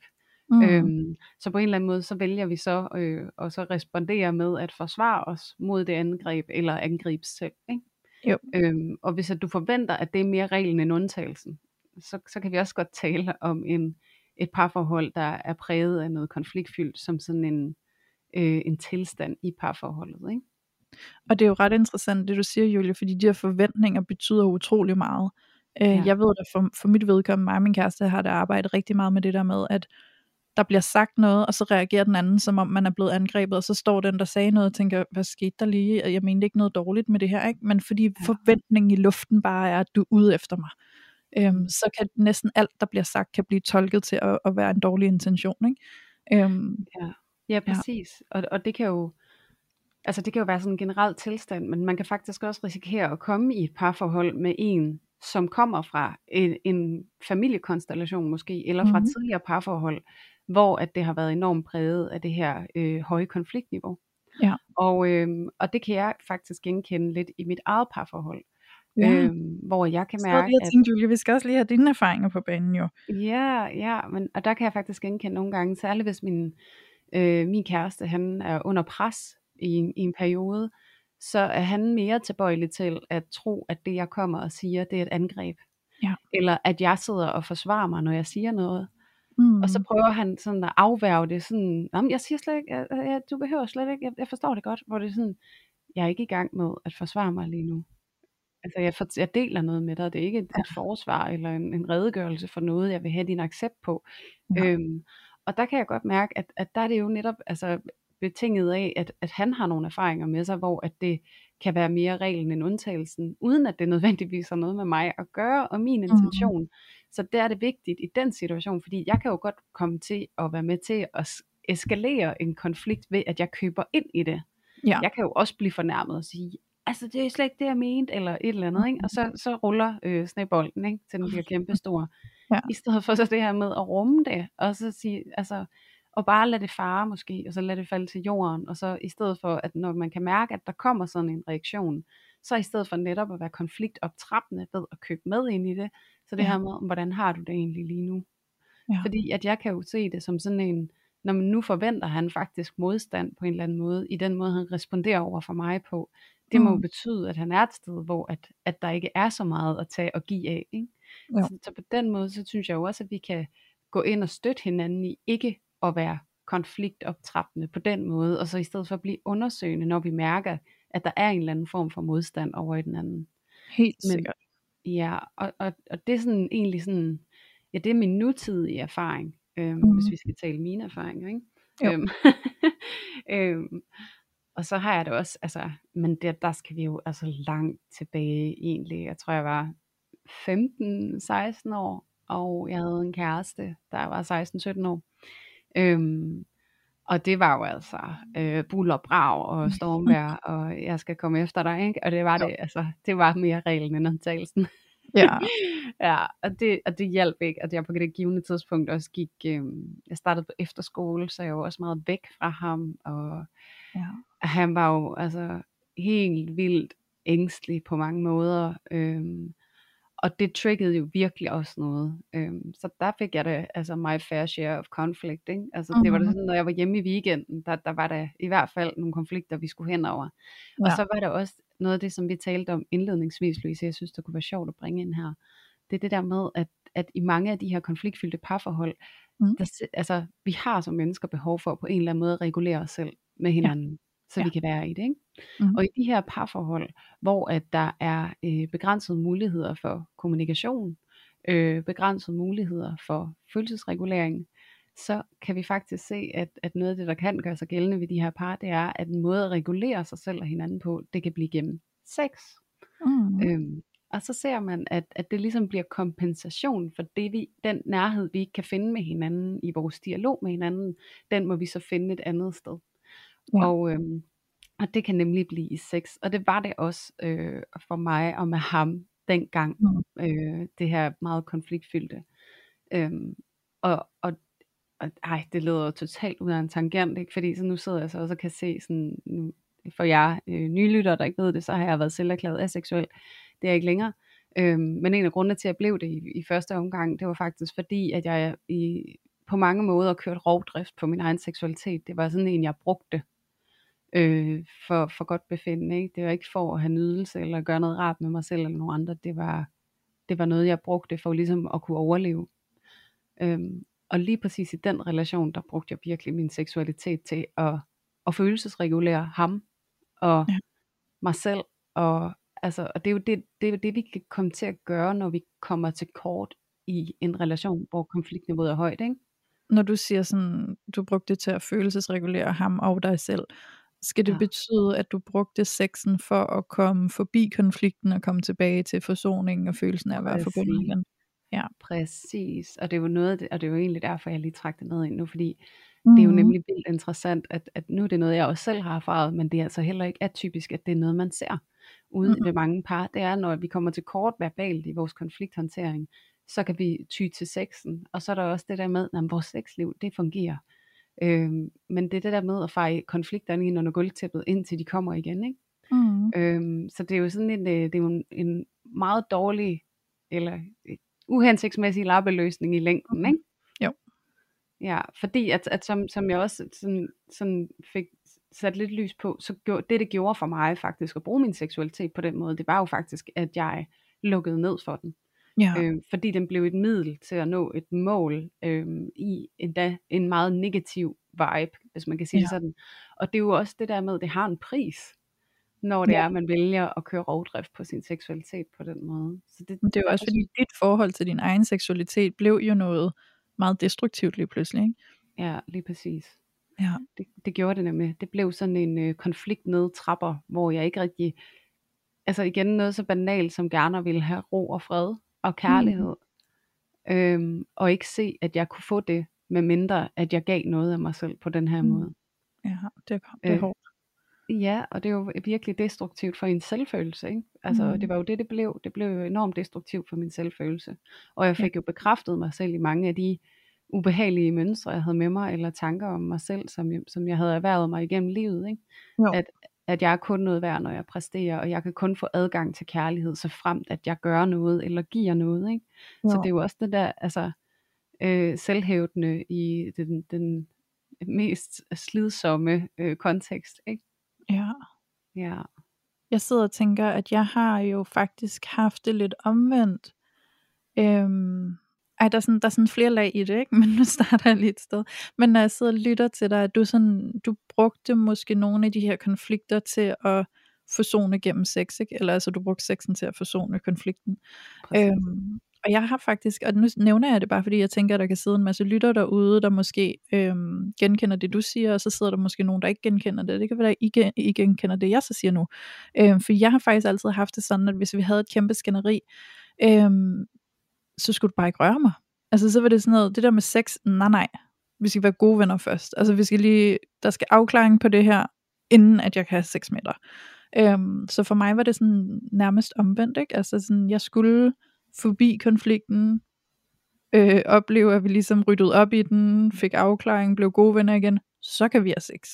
Så på en eller anden måde, så vælger vi så og så respondere med at forsvare os mod det angreb, eller angribe selv, ikke? Jo. Og hvis at du forventer, at det er mere reglen end undtagelsen, så kan vi også godt tale om et parforhold, der er præget af noget konfliktfyldt, som sådan en tilstand i parforholdet, ikke? Og det er jo ret interessant, det du siger, Julie, fordi de her forventninger betyder utrolig meget. Jeg ved da for mit vedkommende, mig og min kæreste har der arbejdet rigtig meget med det der med, at der bliver sagt noget, og så reagerer den anden, som om man er blevet angrebet, og så står den, der sagde noget, og tænker, hvad skete der lige? Jeg mente ikke noget dårligt med det her, ikke? Men fordi forventningen i luften bare er, at du er ude efter mig. Så kan næsten alt, der bliver sagt, kan blive tolket til at være en dårlig intention, ikke? Ja, præcis. Og det kan jo, altså det kan jo være sådan en generel tilstand, men man kan faktisk også risikere at komme i et parforhold med en, som kommer fra en familiekonstellation måske, eller fra tidligere parforhold, hvor at det har været enormt præget af det her høje konfliktniveau. Ja. Og det kan jeg faktisk genkende lidt i mit eget parforhold. Ja. Hvor jeg kan mærke, jeg tænkte, Julie, vi skal også lige have dine erfaringer på banen jo. Og der kan jeg faktisk genkende nogle gange, særligt hvis min kæreste, han er under pres i en periode, så er han mere tilbøjelig til at tro, at det jeg kommer og siger, det er et angreb. Ja. Eller at jeg sidder og forsvarer mig, når jeg siger noget. Og så prøver han sådan at afværge det sådan, jeg siger slet ikke, du behøver slet ikke, jeg forstår det godt, hvor det er sådan, jeg er ikke i gang med at forsvare mig lige nu. Altså jeg deler noget med dig, det er ikke et forsvar eller en redegørelse for noget, jeg vil have din accept på. Ja. Og der kan jeg godt mærke, at der er det jo netop, altså betinget af, at han har nogle erfaringer med sig, hvor at det kan være mere reglen end undtagelsen, uden at det nødvendigvis har noget med mig at gøre, og min intention. Så der er det vigtigt i den situation, fordi jeg kan jo godt komme til at være med til at eskalere en konflikt ved, at jeg køber ind i det. Ja. Jeg kan jo også blive fornærmet og sige, altså det er slet ikke det, jeg mente, eller et eller andet, ikke? Og så ruller snebolden, ikke? Til den bliver kæmpestor. Ja. I stedet for så det her med at rumme det, og så sige, altså, og bare lade det fare måske, og så lade det falde til jorden, og så i stedet for, at når man kan mærke, at der kommer sådan en reaktion, så i stedet for netop at være konfliktoptrappende ved at købe med ind i det, så det her med, hvordan har du det egentlig lige nu? Ja. Fordi at jeg kan jo se det som sådan en, når man nu forventer han faktisk modstand på en eller anden måde, i den måde han responderer over for mig på, det må jo betyde, at han er et sted, hvor at der ikke er så meget at tage og give af, ikke? Så på den måde, så synes jeg jo også, at vi kan gå ind og støtte hinanden i ikke at være konfliktoptrappende på den måde, og så i stedet for at blive undersøgende, når vi mærker, at der er en eller anden form for modstand over i den anden. Helt sikkert. Ja, og det er sådan egentlig sådan, ja, det er min nutidige erfaring, hvis vi skal tale mine erfaringer, ikke? Og så har jeg det også, altså, men der skal vi jo altså langt tilbage egentlig. Jeg tror jeg var 15-16 år, og jeg havde en kæreste, der var 16-17 år. Og det var jo altså bull og brag og stormvejr, og jeg skal komme efter dig, ikke? Og det var det, altså, det var mere reglen end undtagelsen. Ja. Ja, og det hjalp ikke, at jeg på det givende tidspunkt også gik, jeg startede på efterskole, så jeg var også meget væk fra ham, og han var jo altså helt vildt ængstelig på mange måder, og det triggede jo virkelig også noget, så der fik jeg det, altså my fair share of conflict, ikke? Altså det var det sådan, når jeg var hjemme i weekenden, der var der i hvert fald nogle konflikter, vi skulle hen over, og så var der også noget af det, som vi talte om indledningsvis, Louise, jeg synes, det kunne være sjovt at bringe ind her, det er det der med, at i mange af de her konfliktfyldte parforhold, altså vi har som mennesker behov for på en eller anden måde at regulere os selv med hinanden, så vi kan være i det, ikke? Og i de her parforhold, hvor at der er begrænsede muligheder for kommunikation, begrænsede muligheder for følelsesregulering, så kan vi faktisk se, at noget af det, der kan gøre sig gældende ved de her par, det er, at en måde at regulere sig selv og hinanden på, det kan blive gennem sex. Og så ser man, at det ligesom bliver kompensation for det, den nærhed, vi ikke kan finde med hinanden i vores dialog med hinanden, den må vi så finde et andet sted. Og det kan nemlig blive i sex, og det var det også for mig og med ham dengang, det her meget konfliktfyldte. Det leder jo totalt ud af en tangent, ikke? Fordi så nu sidder jeg så også og kan se sådan, nu, for jer nylyttere, der ikke ved det, så har jeg været selverklæret aseksuel. Det er jeg ikke længere. Men en af grundene til, at jeg blev det i første omgang, det var faktisk fordi, at jeg på mange måder kørte rovdrift på min egen seksualitet. Det var sådan en, jeg brugte for godt befindende, ikke? Det var ikke for at have nydelse eller gøre noget rart med mig selv eller nogen andre. Det var noget, jeg brugte for ligesom at kunne overleve. Og lige præcis i den relation, der brugte jeg virkelig min seksualitet til at følelsesregulere ham og mig selv. Og det er jo det, vi kan komme til at gøre, når vi kommer til kort i en relation, hvor konfliktniveauet er højt, ikke? Når du siger sådan, du brugte det til at følelsesregulere ham og dig selv, skal det betyde, at du brugte sexen for at komme forbi konflikten og komme tilbage til forsoningen og følelsen af at være forbundet igen? Ja. Præcis, og det er jo noget af det, og det er jo egentlig derfor, jeg lige trak det ned ind nu, fordi det er jo nemlig vildt interessant, at nu er det noget, jeg også selv har erfaret, men det er altså heller ikke atypisk, at det er noget, man ser ude ved mange par. Det er, når vi kommer til kort verbalt i vores konflikthåndtering, så kan vi ty til sexen, og så er der også det der med, at vores sexliv, det fungerer. Men det er det der med at feje konflikterne ind under gulvtæppet, indtil de kommer igen, ikke? Så det er jo sådan det er jo en meget dårlig, eller uhensigtsmæssig lappeløsning i længden, ikke? Jo. Ja, fordi at som jeg også sådan fik sat lidt lys på, så det gjorde for mig faktisk at bruge min seksualitet på den måde, det var jo faktisk, at jeg lukkede ned for den. Fordi den blev et middel til at nå et mål i en meget negativ vibe, hvis man kan sige det sådan. Og det er jo også det der med, at det har en pris, når det er, at man vælger at køre rovdrift på sin seksualitet på den måde. Så det er jo også fordi, dit forhold til din egen seksualitet blev jo noget meget destruktivt lige pludselig, ikke? Ja, lige præcis. Ja. Det gjorde det nemlig. Det blev sådan en konflikt ned trapper, hvor jeg ikke rigtig, altså igen noget så banalt som gerne ville have ro og fred og kærlighed, og ikke se, at jeg kunne få det, med mindre at jeg gav noget af mig selv på den her måde. Ja, det er hårdt. Ja, og det er jo virkelig destruktivt for en selvfølelse, ikke? Altså, det var jo det blev. Det blev jo enormt destruktivt for min selvfølelse. Og jeg fik jo bekræftet mig selv i mange af de ubehagelige mønstre, jeg havde med mig, eller tanker om mig selv, som jeg havde erhvervet mig igennem livet, ikke? Jo. At jeg er kun noget værd, når jeg præsterer, og jeg kan kun få adgang til kærlighed, så fremt at jeg gør noget, eller giver noget, ikke? Jo. Så det er jo også det der, altså, selvhævdende i den mest slidsomme kontekst, ikke? Ja. Ja. Jeg sidder og tænker, at jeg har jo faktisk haft det lidt omvendt. Der er sådan flere lag i det, ikke? Men nu starter jeg lige et sted. Men når jeg sidder og lytter til dig, at du brugte måske nogle af de her konflikter til at forsone gennem sex, ikke? Eller altså du brugte sexen til at forsone konflikten. Og jeg har faktisk, og nu nævner jeg det bare, fordi jeg tænker, at der kan sidde en masse lytter derude, der måske genkender det, du siger, og så sidder der måske nogen, der ikke genkender det. Det kan være, at I genkender det, jeg så siger nu. For jeg har faktisk altid haft det sådan, at hvis vi havde et kæmpe skænderi, så skulle du bare ikke røre mig. Altså så var det sådan noget, det der med sex, nej, vi skal være gode venner først. Altså der skal afklaring på det her, inden at jeg kan have sex med dig. Så for mig var det sådan nærmest omvendt, ikke? Altså sådan, jeg skulle forbi konflikten, opleve, at vi ligesom ryddede op i den, fik afklaring, blev gode venner igen, så kan vi have sex.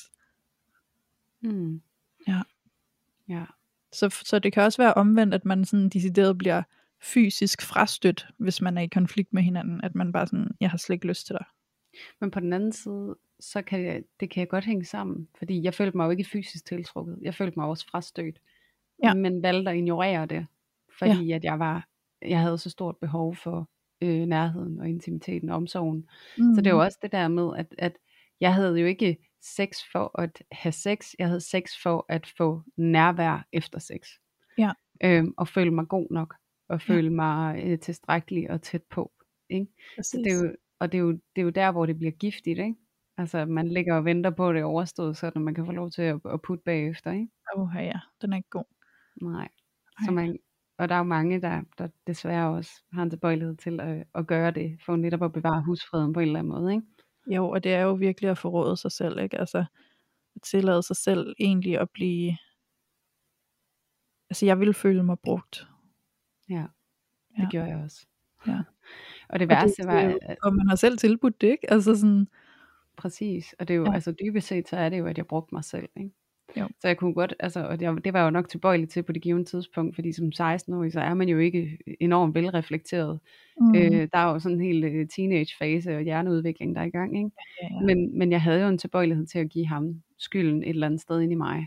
Ja. Så det kan også være omvendt, at man sådan decideret bliver fysisk frastødt, hvis man er i konflikt med hinanden, at man bare sådan, jeg har slet ikke lyst til dig. Men på den anden side, så kan jeg godt hænge sammen, fordi jeg følte mig jo ikke fysisk tiltrukket, jeg følte mig også frastødt, men valgte at ignorere det, fordi at jeg havde så stort behov for nærheden og intimiteten og omsorgen. Så det er jo også det der med, at jeg havde jo ikke sex for at have sex, jeg havde sex for at få nærvær efter sex. Og føle mig god nok, og føle mig tilstrækkelig og tæt på. Ikke? Så det er jo der, hvor det bliver giftigt, ikke? Altså man ligger og venter på det overstået, så man kan få lov til at putte bagefter, ikke? Ja, den er ikke god. Nej. Og der er jo mange, der desværre også har en tilbøjelighed til at gøre det, for netop at bevare husfreden på en eller anden måde, ikke? Jo, og det er jo virkelig at forråde sig selv, ikke? Altså at tillade sig selv egentlig at blive, altså jeg ville føle mig brugt. Ja, det gjorde jeg også. Ja. Og det værste var, og man har selv tilbudt det, ikke? Altså sådan. Præcis, og det er jo, altså dybest set, så er det jo, at jeg brugte mig selv, ikke? Jo. Så jeg kunne godt, altså, og det var jeg jo nok tilbøjelig til på det givende tidspunkt, fordi som 16-årig, så er man jo ikke enormt velreflekteret. Der er jo sådan en hel teenagefase og hjerneudvikling, der er i gang, ikke? Ja. Men jeg havde jo en tilbøjelighed til at give ham skylden et eller andet sted ind i mig.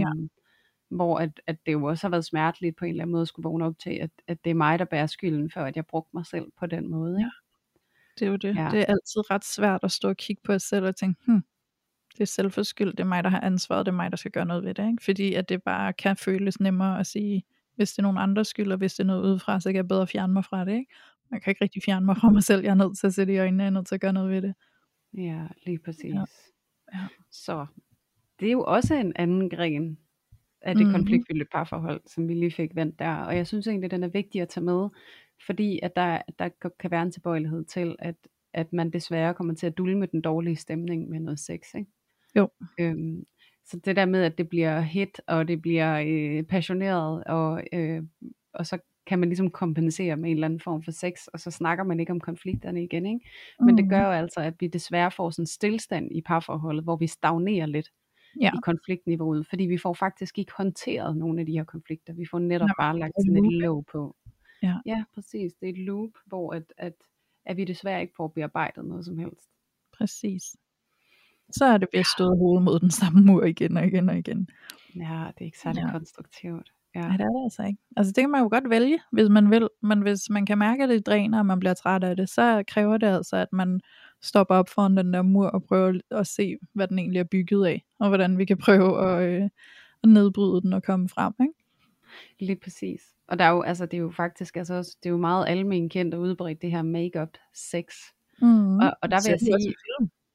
Hvor at det jo også har været smerteligt på en eller anden måde at skulle vågne op til, at det er mig, der bærer skylden for, at jeg brugte mig selv på den måde. Ikke? Det er jo det. Ja. Det er altid ret svært at stå og kigge på sig selv og tænke, det er selvforskyldt, det er mig, der har ansvaret, det er mig, der skal gøre noget ved det. Ikke? Fordi at det bare kan føles nemmere at sige, hvis det er nogen andres skyld, og hvis det er noget udefra, så kan jeg bedre fjerne mig fra det. Ikke? Man kan ikke rigtig fjerne mig fra mig selv, jeg er nødt til at sætte i øjnene, jeg er nødt til at gøre noget ved det. Ja, lige præcis. Ja. Så det er jo også en anden gren af det konfliktfyldte parforhold, som vi lige fik vendt der. Og jeg synes egentlig, den er vigtig at tage med, fordi at der kan være en tilbøjelighed til, at man desværre kommer til at dulme den dårlige stemning med noget sex, ikke? Jo. Så det der med, at det bliver hit, og det bliver passioneret, og så kan man ligesom kompensere med en eller anden form for sex, og så snakker man ikke om konflikterne igen, ikke? Men det gør jo altså, at vi desværre får sådan en stillstand i parforholdet, hvor vi stagnerer lidt i konfliktniveauet, fordi vi får faktisk ikke håndteret nogle af de her konflikter. Vi får netop bare lagt sådan et låg på. Ja, præcis. Det er et loop, hvor at vi desværre ikke får bearbejdet noget som helst. Præcis. Så er det ved at stå hovedet mod den samme mur igen og igen og igen. Ja, det er ikke særlig konstruktivt. Ja. Nej, det er det altså ikke. Altså det kan man jo godt vælge, hvis man vil, men hvis man kan mærke, at det dræner, og man bliver træt af det, så kræver det altså, at man stopper op foran den der mur og prøver at se, hvad den egentlig er bygget af, og hvordan vi kan prøve at nedbryde den og komme frem, ikke? Lige præcis. Og der er jo, altså, det er jo faktisk altså også, det er jo meget almen kendt og udbredt, det her make-up sex. Og der vil jeg sige,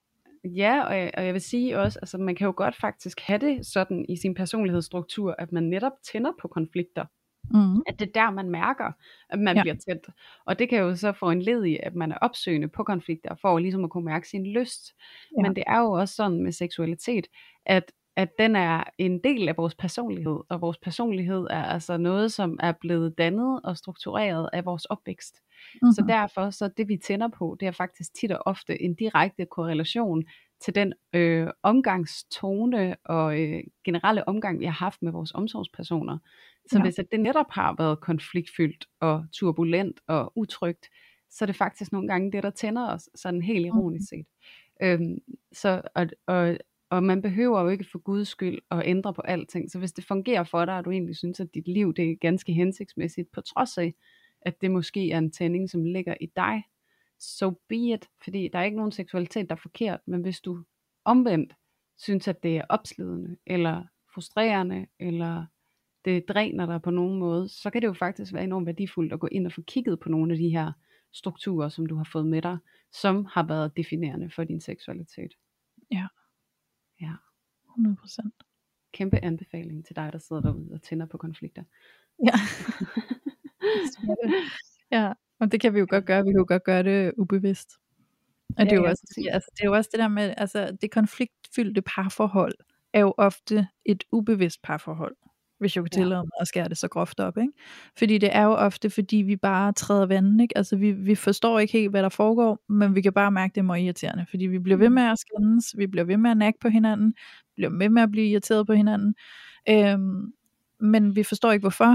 Ja, og jeg vil sige også, altså man kan jo godt faktisk have det sådan i sin personlighedsstruktur, at man netop tænder på konflikter. At det er der, man mærker, at man bliver tændt. Og det kan jo så få en led i, at man er opsøgende på konflikter, for ligesom at kunne mærke sin lyst. Ja. Men det er jo også sådan med seksualitet, at den er en del af vores personlighed, og vores personlighed er altså noget, som er blevet dannet og struktureret af vores opvækst. Så derfor, så det vi tænder på, det er faktisk tit og ofte en direkte korrelation til den omgangstone og generelle omgang, vi har haft med vores omsorgspersoner. Så hvis det netop har været konfliktfyldt og turbulent og utrygt, så er det faktisk nogle gange det, der tænder os, sådan helt ironisk set. Og man behøver jo ikke for Guds skyld at ændre på alting. Så hvis det fungerer for dig, og du egentlig synes, at dit liv det er ganske hensigtsmæssigt, på trods af, at det måske er en tænding, som ligger i dig, so be it. Fordi der er ikke nogen seksualitet, der er forkert. Men hvis du omvendt synes, at det er opslidende, eller frustrerende, eller det dræner dig på nogen måde, så kan det jo faktisk være enormt værdifuldt at gå ind og få kigget på nogle af de her strukturer, som du har fået med dig, som har været definerende for din seksualitet. Ja. Ja. 100%. Kæmpe anbefaling til dig, der sidder derude og tænder på konflikter. Ja. Ja, og det kan vi jo godt gøre. Vi kan jo godt gøre det ubevidst. Og det er jo også, det er jo også det der med, altså det konfliktfyldte parforhold er jo ofte et ubevidst parforhold, hvis jeg kan tillade mig at skære det så groft op, ikke? Fordi det er jo ofte, fordi vi bare træder vandet, ikke? Altså vi forstår ikke helt, hvad der foregår, men vi kan bare mærke, det er meget irriterende, fordi vi bliver ved med at skændes, vi bliver ved med at nakke på hinanden, vi bliver ved med at blive irriteret på hinanden, men vi forstår ikke hvorfor,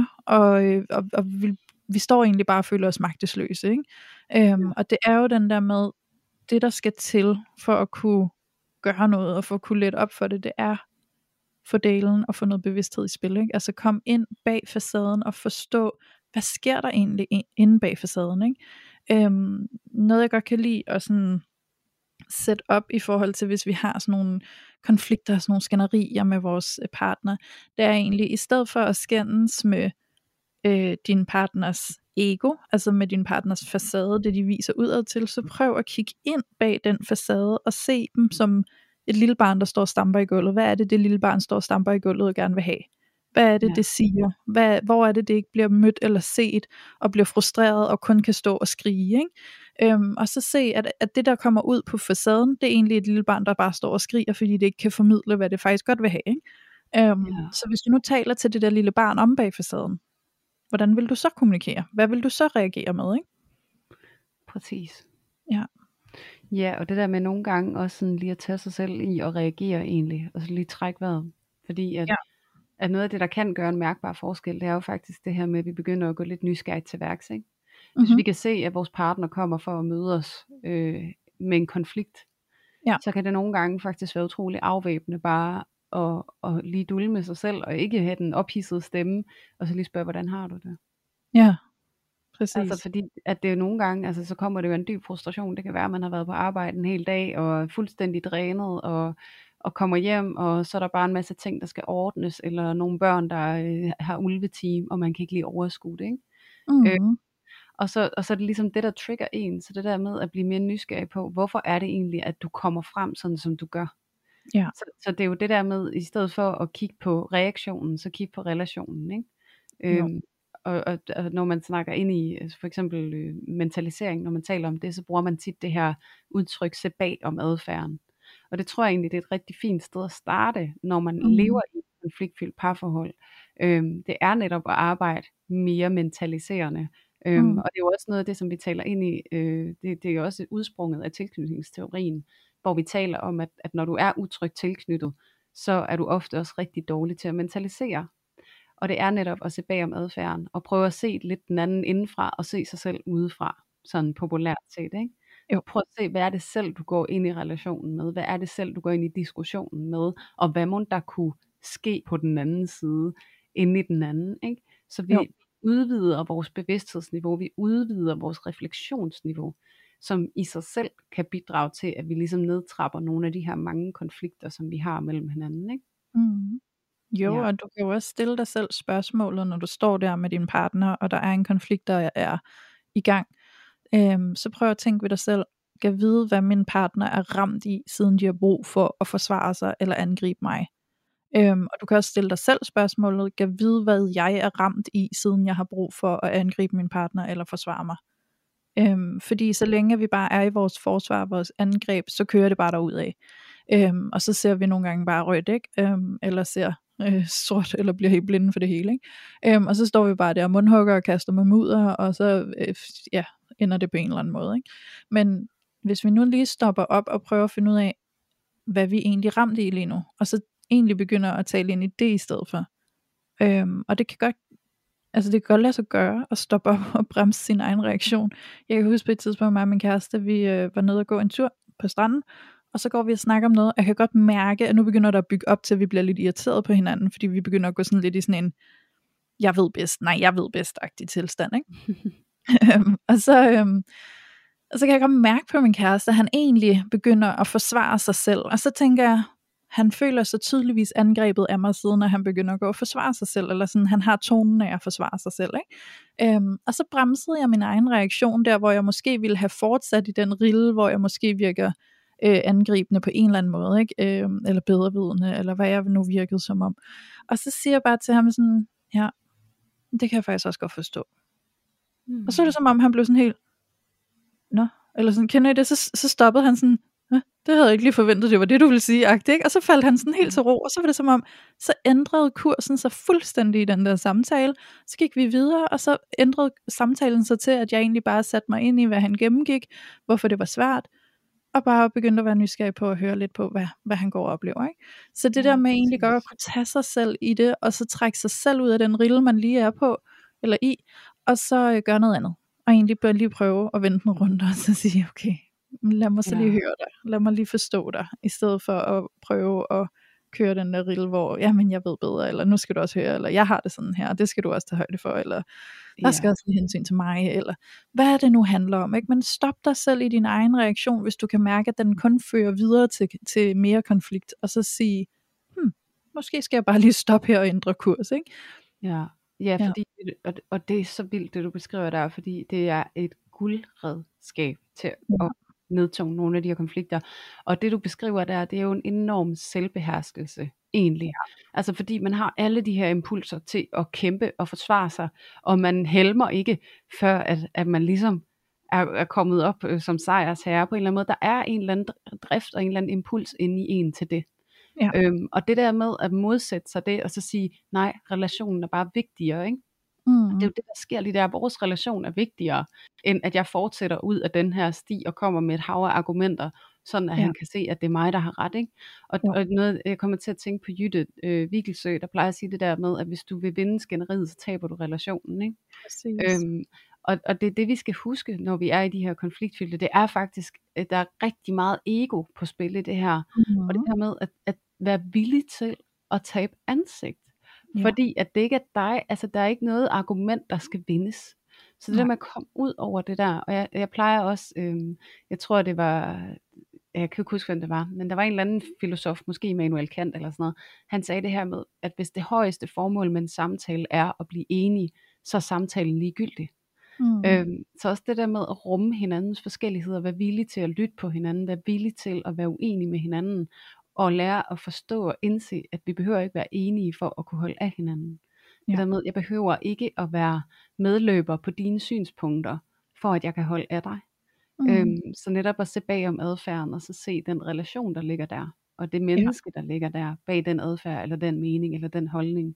og vi står egentlig bare og føler os magtesløse, ikke? Og det er jo den der med, det der skal til for at kunne gøre noget, og for at kunne lette op for det, det er for delen og få noget bevidsthed i spil, ikke? Altså kom ind bag facaden og forstå, hvad sker der egentlig inde bag facaden, ikke? Noget jeg godt kan lide at sådan sætte op i forhold til, hvis vi har sådan nogle konflikter, sådan nogle skænderier med vores partner, det er egentlig, i stedet for at skændes med din partners ego, altså med din partners facade, det de viser udad til, så prøv at kigge ind bag den facade og se dem som et lille barn, der står og stamper i gulvet. Hvad er det lille barn står og stamper i gulvet og gerne vil have? Hvad er det, det siger? Hvor er det ikke bliver mødt eller set, og bliver frustreret og kun kan stå og skrige, ikke? Og så se, at det der kommer ud på facaden, det er egentlig et lille barn, der bare står og skriger, fordi det ikke kan formidle, hvad det faktisk godt vil have, ikke? Så hvis du nu taler til det der lille barn om bag facaden, hvordan vil du så kommunikere? Hvad vil du så reagere med, ikke? Præcis. Ja. Ja, og det der med nogle gange også sådan lige at tage sig selv i og reagere egentlig, og så lige trække vejret. Fordi at noget af det, der kan gøre en mærkbar forskel, det er jo faktisk det her med, at vi begynder at gå lidt nysgerrigt til værks, ikke? Hvis vi kan se, at vores partner kommer for at møde os med en konflikt, så kan det nogle gange faktisk være utrolig afvæbnende bare og lige dulme med sig selv, og ikke have den ophidsede stemme, og så lige spørge, hvordan har du det? Ja, præcis. Altså fordi, at det jo nogle gange, altså så kommer det jo en dyb frustration. Det kan være, at man har været på arbejde en hel dag, og er fuldstændig drænet, og kommer hjem, og så er der bare en masse ting, der skal ordnes, eller nogle børn, der har ulveteam, og man kan ikke lige overskue det, ikke? Og så er det ligesom det, der trigger en, så det der med at blive mere nysgerrig på, hvorfor er det egentlig, at du kommer frem sådan, som du gør? Ja. Så det er jo det der med, i stedet for at kigge på reaktionen, så kigge på relationen, ikke? Og når man snakker ind i for eksempel mentalisering, når man taler om det, så bruger man tit det her udtryk, se bag om adfærden. Og det tror jeg egentlig, det er et rigtig fint sted at starte, når man lever i et konfliktfyldt parforhold. Det er netop at arbejde mere mentaliserende. Og det er jo også noget af det, som vi taler ind i, det er jo også udsprunget af tilknytningsteorien, hvor vi taler om, at når du er utrygt tilknyttet, så er du ofte også rigtig dårlig til at mentalisere. Og det er netop at se bag om adfærden, og prøve at se lidt den anden indenfra, og se sig selv udefra, sådan populært set, ikke? Jo. Prøv at se, hvad er det selv, du går ind i relationen med, hvad er det selv, du går ind i diskussionen med, og hvad må der kunne ske på den anden side, inde i den anden, ikke? Så vi udvider vores bevidsthedsniveau, vi udvider vores refleksionsniveau, som i sig selv kan bidrage til, at vi ligesom nedtrapper nogle af de her mange konflikter, som vi har mellem hinanden, ikke? Jo, og du kan jo også stille dig selv spørgsmålet, når du står der med din partner, og der er en konflikt, der er i gang. Så prøv at tænke ved dig selv, kan vide, hvad min partner er ramt i, siden de har brug for at forsvare sig eller angribe mig. Og du kan også stille dig selv spørgsmålet, kan vide, hvad jeg er ramt i, siden jeg har brug for at angribe min partner eller forsvare mig. Fordi så længe vi bare er i vores forsvar, vores angreb, så kører det bare derudad. Og så ser vi nogle gange bare rødt, ikke? Eller ser sort, eller bliver helt blinde for det hele, ikke? Og så står vi bare der og mundhugger og kaster med mudder, og så ender det på en eller anden måde, ikke? Men hvis vi nu lige stopper op og prøver at finde ud af, hvad vi egentlig ramte i lige nu, og så egentlig begynder at tale ind i det i stedet for. Og det kan godt lade sig gøre at stoppe op og bremse sin egen reaktion. Jeg kan huske på et tidspunkt, mig og min kæreste, vi var nede og gå en tur på stranden, og så går vi og snakker om noget, og jeg kan godt mærke, at nu begynder der at bygge op til, at vi bliver lidt irriteret på hinanden, fordi vi begynder at gå sådan lidt i sådan en, jeg ved bedst-agtig tilstand, ikke? Og så kan jeg godt mærke på min kæreste, at han egentlig begynder at forsvare sig selv, og så tænker jeg, han føler sig tydeligvis angrebet af mig siden, når han begynder at gå og forsvare sig selv, eller sådan, han har tonen af at forsvare sig selv, ikke? Og så bremsede jeg min egen reaktion der, hvor jeg måske ville have fortsat i den rille, hvor jeg måske virker angribende på en eller anden måde, ikke? Eller bedrevidende, eller hvad jeg nu virkede som om. Og så siger jeg bare til ham sådan, ja, det kan jeg faktisk også godt forstå. Og så er det som om, han blev sådan helt, nå, eller sådan, kender I det? Så stoppede han sådan, det havde jeg ikke lige forventet, det var det du ville sige, ikke? Og så faldt han sådan helt til ro, og så var det som om, så ændrede kursen sig fuldstændig i den der samtale, så gik vi videre, og så ændrede samtalen sig til, at jeg egentlig bare satte mig ind i, hvad han gennemgik, hvorfor det var svært, og bare begyndte at være nysgerrig på at høre lidt på, hvad han går og oplever, ikke? Så det der med egentlig godt at kunne tage sig selv i det, og så trække sig selv ud af den rille, man lige er på, eller i, og så gøre noget andet, og egentlig bare lige prøve at vende den rundt, og så sige, okay, lad mig så lige høre dig, lad mig lige forstå dig, i stedet for at prøve at køre den der rille, hvor, jamen jeg ved bedre, eller nu skal du også høre, eller jeg har det sådan her, det skal du også tage højde for, eller der skal også lige hensyn til mig, eller hvad det nu handler om, ikke? Men stop dig selv i din egen reaktion, hvis du kan mærke, at den kun fører videre til mere konflikt, og så sige, måske skal jeg bare lige stoppe her og ændre kurs, ikke? Ja, fordi, og det er så vildt, det du beskriver der, fordi det er et guldredskab til at nedtone nogle af de her konflikter. Og det du beskriver der, det er jo en enorm selvbeherskelse egentlig. Altså fordi man har alle de her impulser til at kæmpe og forsvare sig, og man helmer ikke, før at man ligesom er kommet op som sejrsherre på en eller anden måde. Der er en eller anden drift og en eller anden impuls inde i en til det. Og det der med at modsætte sig det, og så sige, nej, relationen er bare vigtigere, ikke? Det er jo det, der sker lige der. Vores relation er vigtigere, end at jeg fortsætter ud af den her sti og kommer med et hav af argumenter, sådan at han kan se, at det er mig, der har ret, ikke? Og noget, jeg kommer til at tænke på Jytte Vigelsø, der plejer at sige det der med, at hvis du vil vinde skænderiet, så taber du relationen, ikke? Og det er det, vi skal huske, når vi er i de her konfliktfyldte. Det er faktisk, at der er rigtig meget ego på spil i det her. Og det her med at være villig til at tabe ansigt. Fordi at det ikke er dig, altså der er ikke noget argument, der skal vindes. Så det der med at komme ud over det der, og jeg plejer også, jeg tror det var, jeg kan ikke huske hvem det var, men der var en eller anden filosof, måske Immanuel Kant eller sådan noget, han sagde det her med, at hvis det højeste formål med en samtale er at blive enige, så er samtalen ligegyldig. Så også det der med at rumme hinandens forskelligheder, være villig til at lytte på hinanden, være villig til at være uenig med hinanden, og lære at forstå og indse, at vi behøver ikke være enige for at kunne holde af hinanden. Det der med, jeg behøver ikke at være medløber på dine synspunkter, for at jeg kan holde af dig. Så netop at se bag om adfærden, og så se den relation, der ligger der, og det menneske, der ligger der, bag den adfærd, eller den mening, eller den holdning.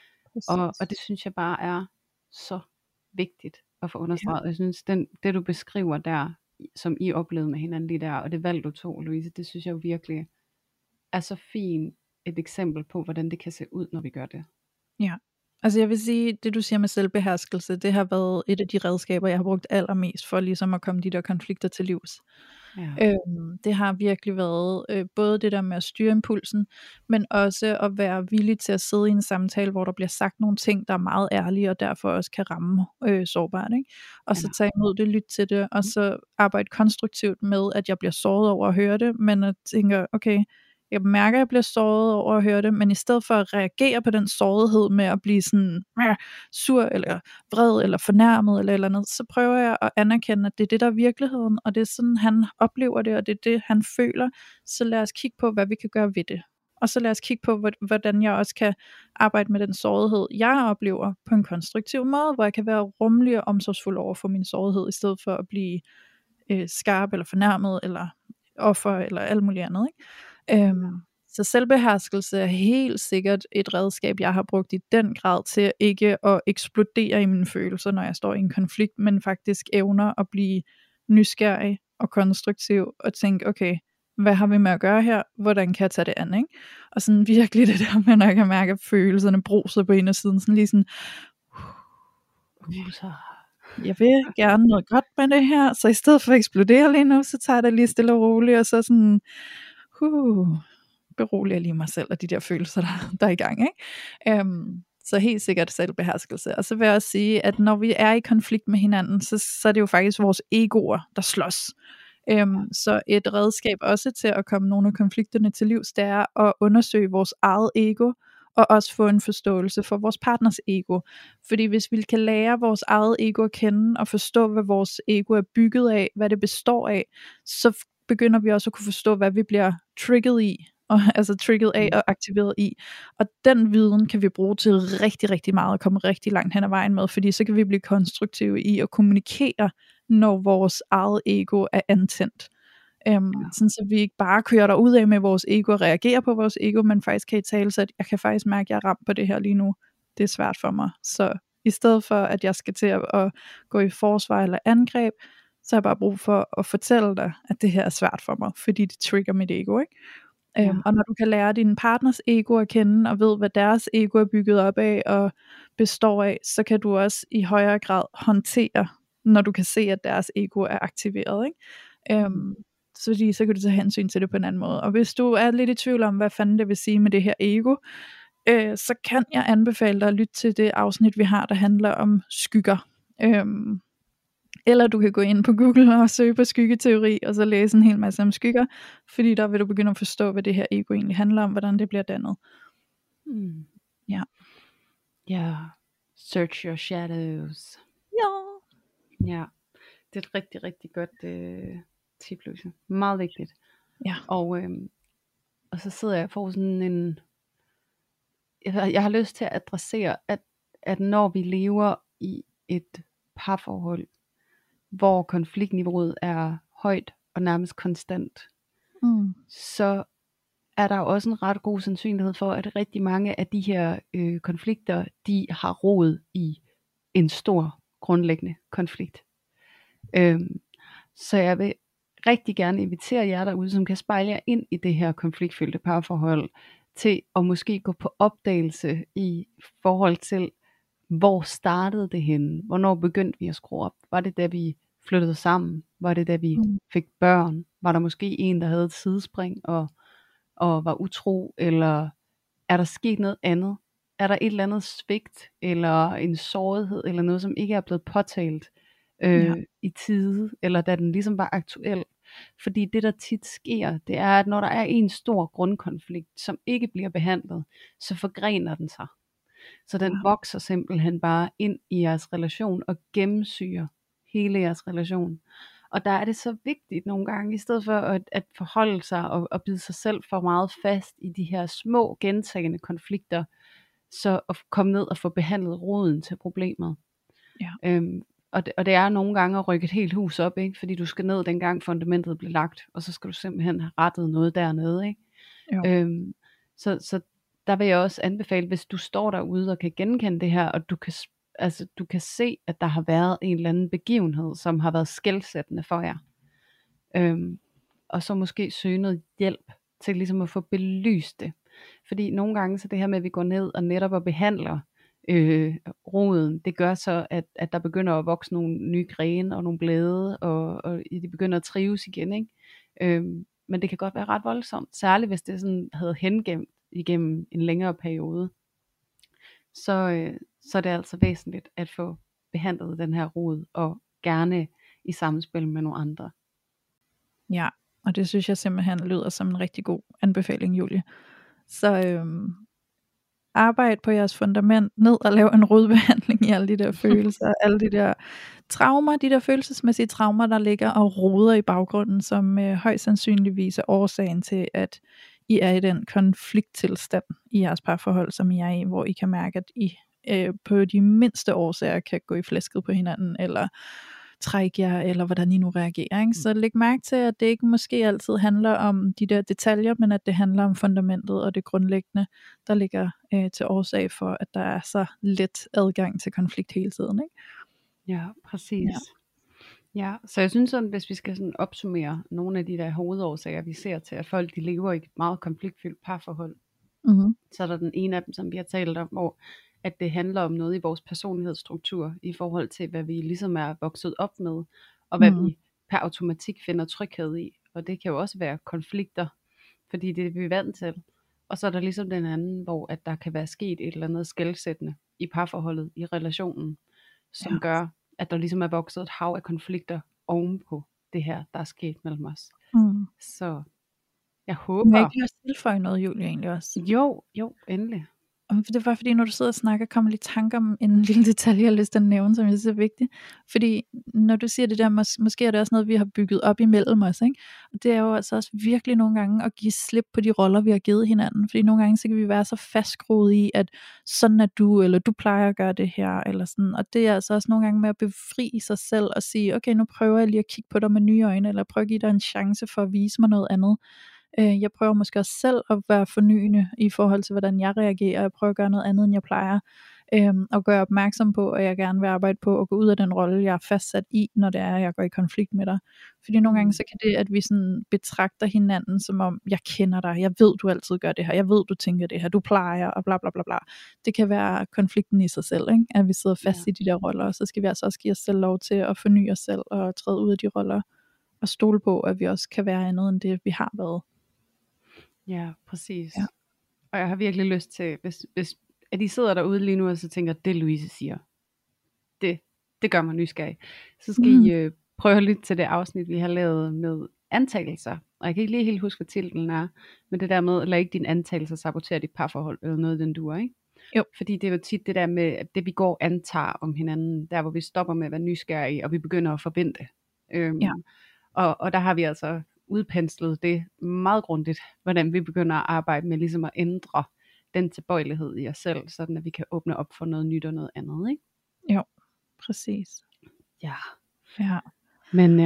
Og det synes jeg bare er så vigtigt at få understreget. Jeg synes, det du beskriver der, som I oplevede med hinanden lige der, og det valg du tog, Louise, det synes jeg jo virkelig er så fint et eksempel på, hvordan det kan se ud, når vi gør det. Ja, altså jeg vil sige, det du siger med selvbeherskelse, det har været et af de redskaber, jeg har brugt allermest for ligesom at komme de der konflikter til livs. Det har virkelig været både det der med at styre impulsen, men også at være villig til at sidde i en samtale, hvor der bliver sagt nogle ting, der er meget ærlige, og derfor også kan ramme sårbart, ikke? Og så tage imod det, lytte til det, og så arbejde konstruktivt med, at jeg bliver såret over at høre det, men at tænke, okay, jeg Jeg mærker, at jeg bliver såret over at høre det, men i stedet for at reagere på den sårethed med at blive sådan sur, eller vred, eller fornærmet, eller andet, så prøver jeg at anerkende, at det er det, der er virkeligheden, og det er sådan, han oplever det, og det er det, han føler. Så lad os kigge på, hvad vi kan gøre ved det. Og så lad os kigge på, hvordan jeg også kan arbejde med den sårighed, jeg oplever på en konstruktiv måde, hvor jeg kan være rummelig og omsorgsfuld over for min sårighed, i stedet for at blive skarp eller fornærmet, eller offer, eller alt muligt andet. Ikke? Så selvbeherskelse er helt sikkert et redskab, jeg har brugt i den grad til ikke at eksplodere i mine følelser, når jeg står i en konflikt, men faktisk evner at blive nysgerrig og konstruktiv, og tænke, okay, hvad har vi med at gøre her? Hvordan kan jeg tage det an? Ikke? Og sådan virkelig det der med, når jeg kan mærke, at følelserne bruser på indersiden, sådan lige sådan, jeg vil gerne noget godt med det her, så i stedet for at eksplodere lige nu, så tager jeg det lige stille og roligt, og så sådan, beroliger lige mig selv, og de der følelser, der er i gang. Ikke? Så helt sikkert selvbeherskelse. Og så vil jeg også sige, at når vi er i konflikt med hinanden, så er det jo faktisk vores egoer, der slås. Så et redskab også til at komme nogle af konflikterne til livs, det er at undersøge vores eget ego, og også få en forståelse for vores partners ego. Fordi hvis vi kan lære vores eget ego at kende, og forstå, hvad vores ego er bygget af, hvad det består af, så begynder vi også at kunne forstå, hvad vi bliver trigget i, og altså trigget af og aktiveret i. Og den viden kan vi bruge til rigtig, rigtig meget, og komme rigtig langt hen ad vejen med, fordi så kan vi blive konstruktive i at kommunikere, når vores eget ego er antændt. Sådan så vi ikke bare kører der ud af med vores ego og reagerer på vores ego, men faktisk kan i tale, så at jeg kan faktisk mærke, at jeg er ramt på det her lige nu. Det er svært for mig. Så i stedet for, at jeg skal til at gå i forsvar eller angreb, så har jeg bare brug for at fortælle dig, at det her er svært for mig, fordi det trigger mit ego, ikke? Og når du kan lære din partners ego at kende, og ved, hvad deres ego er bygget op af og består af, så kan du også i højere grad håndtere, når du kan se, at deres ego er aktiveret, ikke? Så kan du tage hensyn til det på en anden måde. Og hvis du er lidt i tvivl om, hvad fanden det vil sige med det her ego, så kan jeg anbefale dig at lytte til det afsnit, vi har, der handler om skygger. Eller du kan gå ind på Google og søge på skyggeteori, og så læse en hel masse om skygger, fordi der vil du begynde at forstå, hvad det her ego egentlig handler om, hvordan det bliver dannet. Ja. Ja, search your shadows. Ja, det er et rigtig, rigtig godt tip, Louise. Meget vigtigt. Ja. Og så sidder jeg og får sådan en, jeg har lyst til at adressere, at når vi lever i et parforhold, hvor konfliktniveauet er højt og nærmest konstant, så er der jo også en ret god sandsynlighed for, at rigtig mange af de her konflikter, de har rod i en stor grundlæggende konflikt. Så jeg vil rigtig gerne invitere jer derude, som kan spejle jer ind i det her konfliktfyldte parforhold, til at måske gå på opdagelse i forhold til, hvor startede det henne? Hvornår begyndte vi at skrue op? Var det da vi flyttede sammen? Var det da vi fik børn? Var der måske en, der havde et sidespring og var utro? Eller er der sket noget andet? Er der et eller andet svigt, eller en sårighed, eller noget, som ikke er blevet påtalt i tide, eller da den ligesom var aktuel? Fordi det, der tit sker, det er, at når der er en stor grundkonflikt, som ikke bliver behandlet, så forgrener den sig. Så den vokser simpelthen bare ind i jeres relation og gennemsyrer hele jeres relation. Og der er det så vigtigt nogle gange, i stedet for at forholde sig og bide sig selv for meget fast i de her små gentagende konflikter, så at komme ned og få behandlet roden til problemet. Ja. Og det er nogle gange at rykke et helt hus op, ikke? Fordi du skal ned dengang fundamentet blev lagt, og så skal du simpelthen have rettet noget dernede, ikke? Så der vil jeg også anbefale, hvis du står derude og kan genkende det her, og du kan se, at der har været en eller anden begivenhed, som har været skelsættende for jer. Og så måske søge noget hjælp til ligesom at få belyst det. Fordi nogle gange så det her med, at vi går ned og netop og behandler roden, det gør så, at der begynder at vokse nogle nye grene og nogle blade, og de begynder at trives igen, ikke? Men det kan godt være ret voldsomt, særligt hvis det sådan havde hengemt igennem en længere periode. Så er det altså væsentligt at få behandlet den her rod, og gerne i samspil med nogle andre. Ja, Og det synes jeg simpelthen lyder som en rigtig god anbefaling, Julie. Så arbejde på jeres fundament, ned og lave en rodbehandling i alle de der følelser, alle de der traumer, de der følelsesmæssige traumer, der ligger og roder i baggrunden, som højst sandsynligvis er årsagen til, at I er i den konflikttilstand i jeres parforhold, som I er i, hvor I kan mærke, at I på de mindste årsager kan gå i flæsket på hinanden, eller trække jer, eller hvordan I nu reagerer. Ikke? Så læg mærke til, at det ikke måske altid handler om de der detaljer, men at det handler om fundamentet og det grundlæggende, der ligger til årsag for, at der er så let adgang til konflikt hele tiden. Ikke? Ja, præcis. Ja, så jeg synes sådan, hvis vi skal sådan opsummere nogle af de der hovedårsager, vi ser til, at folk de lever i et meget konfliktfyldt parforhold, så er der den ene af dem, som vi har talt om, hvor at det handler om noget i vores personlighedsstruktur, i forhold til, hvad vi ligesom er vokset op med, og hvad vi per automatik finder tryghed i. Og det kan jo også være konflikter, fordi det er vi vant til. Og så er der ligesom den anden, hvor at der kan være sket et eller andet skelsættende i parforholdet, i relationen, som gør, at der ligesom er vokset et hav af konflikter ovenpå det her, der er sket mellem os. Så jeg håber... Men jeg kan også tilføje noget, Julie, egentlig også. Jo, endelig. Det var fordi, når du sidder og snakker, kommer lige tanker om en lille detalje, jeg har lyst til at nævne, som jeg synes er vigtig. Fordi når du siger det der, måske er det også noget, vi har bygget op imellem os. Ikke? Og det er jo altså også virkelig nogle gange at give slip på de roller, vi har givet hinanden. Fordi nogle gange, så kan vi være så fastskruet i, at sådan er du, eller du plejer at gøre det her, eller sådan. Og det er altså også nogle gange med at befri sig selv og sige, okay, nu prøver jeg lige at kigge på dig med nye øjne, eller prøve at give dig en chance for at vise mig noget andet. Jeg prøver måske også selv at være fornyende i forhold til, hvordan jeg reagerer. Jeg prøver at gøre noget andet, end jeg plejer. Og gøre opmærksom på, at jeg gerne vil arbejde på at gå ud af den rolle, jeg er fastsat i, når det er, at jeg går i konflikt med dig. Fordi nogle gange, så kan det, at vi sådan betragter hinanden, som om, jeg kender dig, jeg ved, du altid gør det her, jeg ved, du tænker det her, du plejer, og bla bla bla bla. Det kan være konflikten i sig selv, ikke? At vi sidder fast i de der roller, og så skal vi altså også give os selv lov til at forny os selv, og træde ud af de roller, og stole på, at vi også kan være andet, end det, vi har været. Ja, præcis. Ja. Og jeg har virkelig lyst til, hvis at I sidder derude lige nu, og så tænker, det Louise siger, det gør mig nysgerrig. Så skal I prøve at lytte til det afsnit, vi har lavet med antagelser. Og jeg kan ikke lige helt huske, hvad titlen er, men det der med, lad ikke dine antagelser sabotere dit parforhold, eller noget den duer, ikke? Jo. Fordi det er jo tit det der med, at det vi går antager om hinanden, der hvor vi stopper med at være nysgerrige, og vi begynder at forvente. Og der har vi altså udpenslet det meget grundigt, hvordan vi begynder at arbejde med ligesom at ændre den tilbøjelighed i os selv, sådan at vi kan åbne op for noget nyt og noget andet, ikke? Jo, præcis. Ja. Men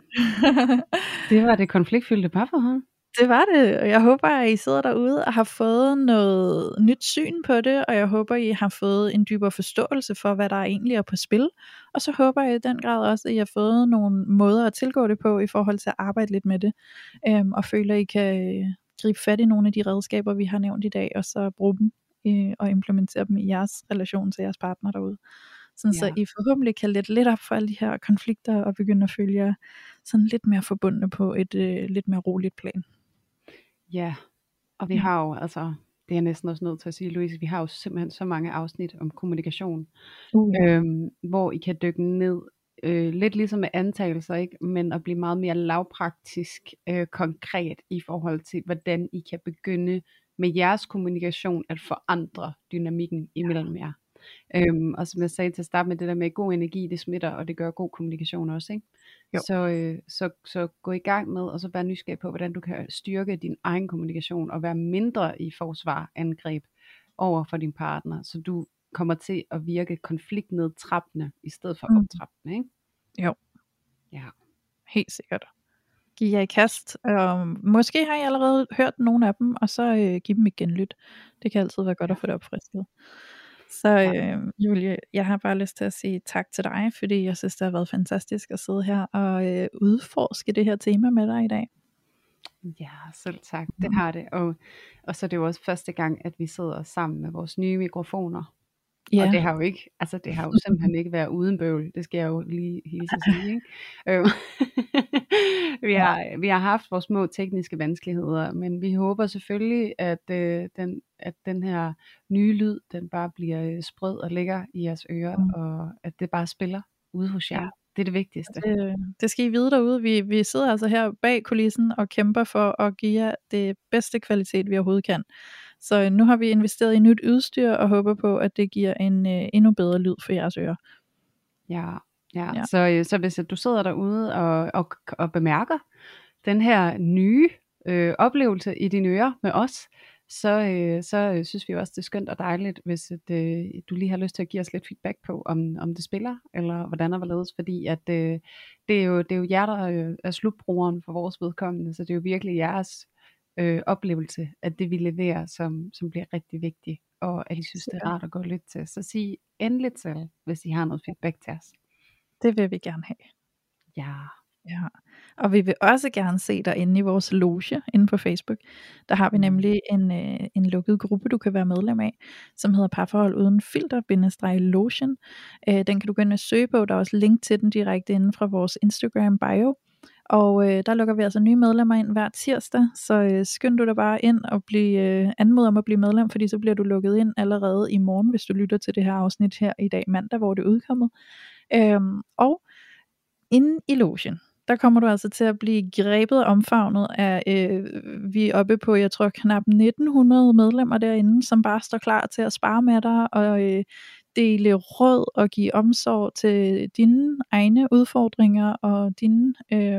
det var det konfliktfyldte parforhold. Det var det, og jeg håber, at I sidder derude og har fået noget nyt syn på det, og jeg håber, I har fået en dybere forståelse for, hvad der egentlig er på spil, og så håber jeg i den grad også, at I har fået nogle måder at tilgå det på, i forhold til at arbejde lidt med det, og føler, at I kan gribe fat i nogle af de redskaber, vi har nævnt i dag, og så bruge dem og implementere dem i jeres relation til jeres partner derude. Sådan så I forhåbentlig kan lette lidt op for alle de her konflikter, og begynde at føle jer sådan lidt mere forbundne på et lidt mere roligt plan. Ja, og vi har jo, altså, det er jeg næsten også nødt til at sige, Louise, vi har jo simpelthen så mange afsnit om kommunikation, hvor I kan dykke ned, lidt ligesom med antagelser, ikke? Men at blive meget mere lavpraktisk, konkret i forhold til, hvordan I kan begynde med jeres kommunikation at forandre dynamikken imellem jer. Og som jeg sagde til at starte med, det der med god energi, det smitter, og det gør god kommunikation også, ikke? Så gå i gang med, og så være nysgerrig på, hvordan du kan styrke din egen kommunikation, og være mindre i forsvar, angreb over for din partner, så du kommer til at virke konfliktnedtrappende, i stedet for optrappende, ikke? Jo. Ja. Helt sikkert. Giv jer i kast. Måske har I allerede hørt nogle af dem, og så giv dem et genlyt. Det kan altid være godt at få det opfrisket. Så Julie, jeg har bare lyst til at sige tak til dig, fordi jeg synes, det har været fantastisk at sidde her og udforske det her tema med dig i dag. Ja, selv tak. Det har det. Og så er det jo også første gang, at vi sidder sammen med vores nye mikrofoner. Og det har jo ikke, altså det har jo simpelthen ikke været uden bøvl. Det skal jeg jo lige hilse at sige, ikke? Vi har haft vores små tekniske vanskeligheder, men vi håber selvfølgelig, at den her nye lyd, den bare bliver sprød og lækker i jeres ører, og at det bare spiller ude hos jer. Det er det vigtigste. Det skal I vide derude. Vi sidder altså her bag kulissen og kæmper for at give jer det bedste kvalitet, vi overhovedet kan. Så nu har vi investeret i nyt udstyr og håber på, at det giver en endnu bedre lyd for jeres ører. Ja. Ja. Så hvis du sidder derude og bemærker den her nye oplevelse i dine ører med os, så synes vi også, det er skønt og dejligt, hvis du lige har lyst til at give os lidt feedback på, om det spiller, eller hvordan og hvorledes, fordi at det er jo jer, der er slutbrugeren for vores vedkommende, så det er jo virkelig jeres oplevelse, at det vi leverer, som bliver rigtig vigtigt, og at I synes, det er rart at gå og lytte til. Så sig endelig til, hvis I har noget feedback til os. Det vil vi gerne have. Ja. Og vi vil også gerne se dig inde i vores loge inde på Facebook. Der har vi nemlig en lukket gruppe, du kan være medlem af, som hedder Parforhold uden filter-logen. Den kan du gå ind og søge på. Der er også link til den direkte inde fra vores Instagram bio. Og der lukker vi altså nye medlemmer ind hver tirsdag, så skynd du dig bare ind og anmod om at blive medlem, fordi så bliver du lukket ind allerede i morgen, hvis du lytter til det her afsnit her i dag mandag, hvor det er udkommet. Og inde i logen, der kommer du altså til at blive grebet og omfavnet af, vi er oppe på, jeg tror knap 1900 medlemmer derinde, som bare står klar til at spare med dig og dele råd og give omsorg til dine egne udfordringer og dine,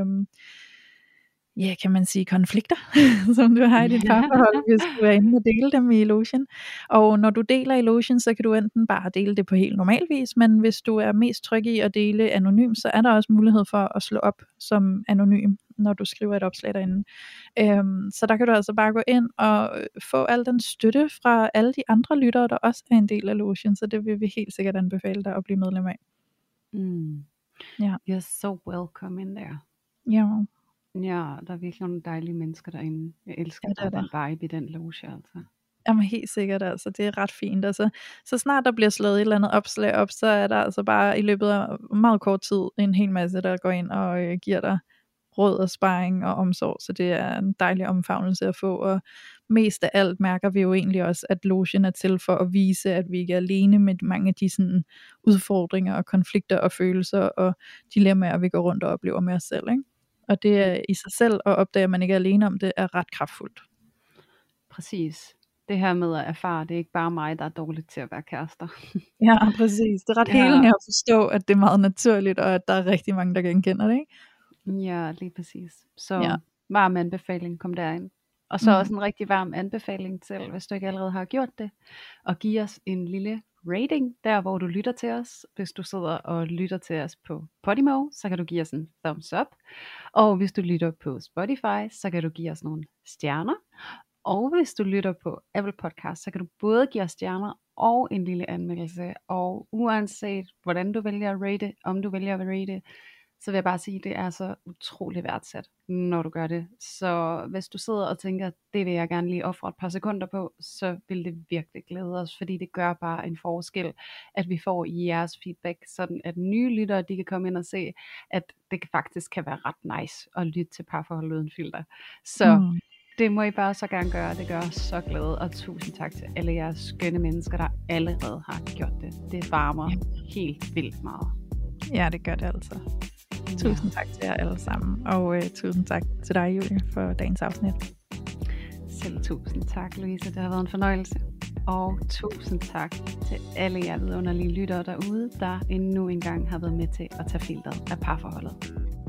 kan man sige, konflikter, som du har i dit parforhold, hvis du er inde og dele dem i logen. Og når du deler i logen, så kan du enten bare dele det på helt normal vis, men hvis du er mest tryg i at dele anonym, så er der også mulighed for at slå op som anonym, når du skriver et opslag derinde. Så der kan du altså bare gå ind og få al den støtte fra alle de andre lyttere, der også er en del af logen, så det vil vi helt sikkert anbefale dig at blive medlem af. Ja. You're so welcome in there. Ja. Ja, der er virkelig nogle dejlige mennesker derinde. Jeg elsker den vibe i den loge, altså. Jamen helt sikkert, altså. Det er ret fint. Altså, så snart der bliver slået et eller andet opslag op, så er der altså bare i løbet af meget kort tid en hel masse, der går ind og giver dig råd og sparring og omsorg. Så det er en dejlig omfavnelse at få. Og mest af alt mærker vi jo egentlig også, at logen er til for at vise, at vi ikke er alene med mange af de sådan, udfordringer og konflikter og følelser og dilemmaer, vi går rundt og oplever med os selv, ikke? Og det er i sig selv at opdage, at man ikke er alene om det, er ret kraftfuldt. Præcis. Det her med at erfare, det er ikke bare mig, der er dårligt til at være kærester. Ja, præcis. Det er ret helende at forstå, at det er meget naturligt, og at der er rigtig mange, der genkender det, ikke? Ja, lige præcis. Så varm anbefaling, kom derind. Og så også en rigtig varm anbefaling til, hvis du ikke allerede har gjort det, at give os en lille rating, der hvor du lytter til os. Hvis du sidder og lytter til os på Podimo, så kan du give os en thumbs up. Og hvis du lytter på Spotify, så kan du give os nogle stjerner. Og hvis du lytter på Apple Podcast, så kan du både give os stjerner og en lille anmeldelse. Og uanset hvordan du vælger at rate, om du vælger at rate, så vil jeg bare sige, at det er så utrolig værdsat, når du gør det. Så hvis du sidder og tænker, det vil jeg gerne lige ofre et par sekunder på, så vil det virkelig glæde os, fordi det gør bare en forskel, at vi får jeres feedback, sådan at nye lyttere, de kan komme ind og se, at det faktisk kan være ret nice at lytte til Parforhold uden filter. Så det må I bare så gerne gøre, det gør os så glade, og tusind tak til alle jeres skønne mennesker, der allerede har gjort det. Det varmer helt vildt meget. Ja, det gør det altså. Tusind tak til jer alle sammen, og tusind tak til dig, Julie, for dagens afsnit. Selv tusind tak, Louise. Det har været en fornøjelse. Og tusind tak til alle jer vidunderlige lyttere derude, der endnu engang har været med til at tage filteret af parforholdet.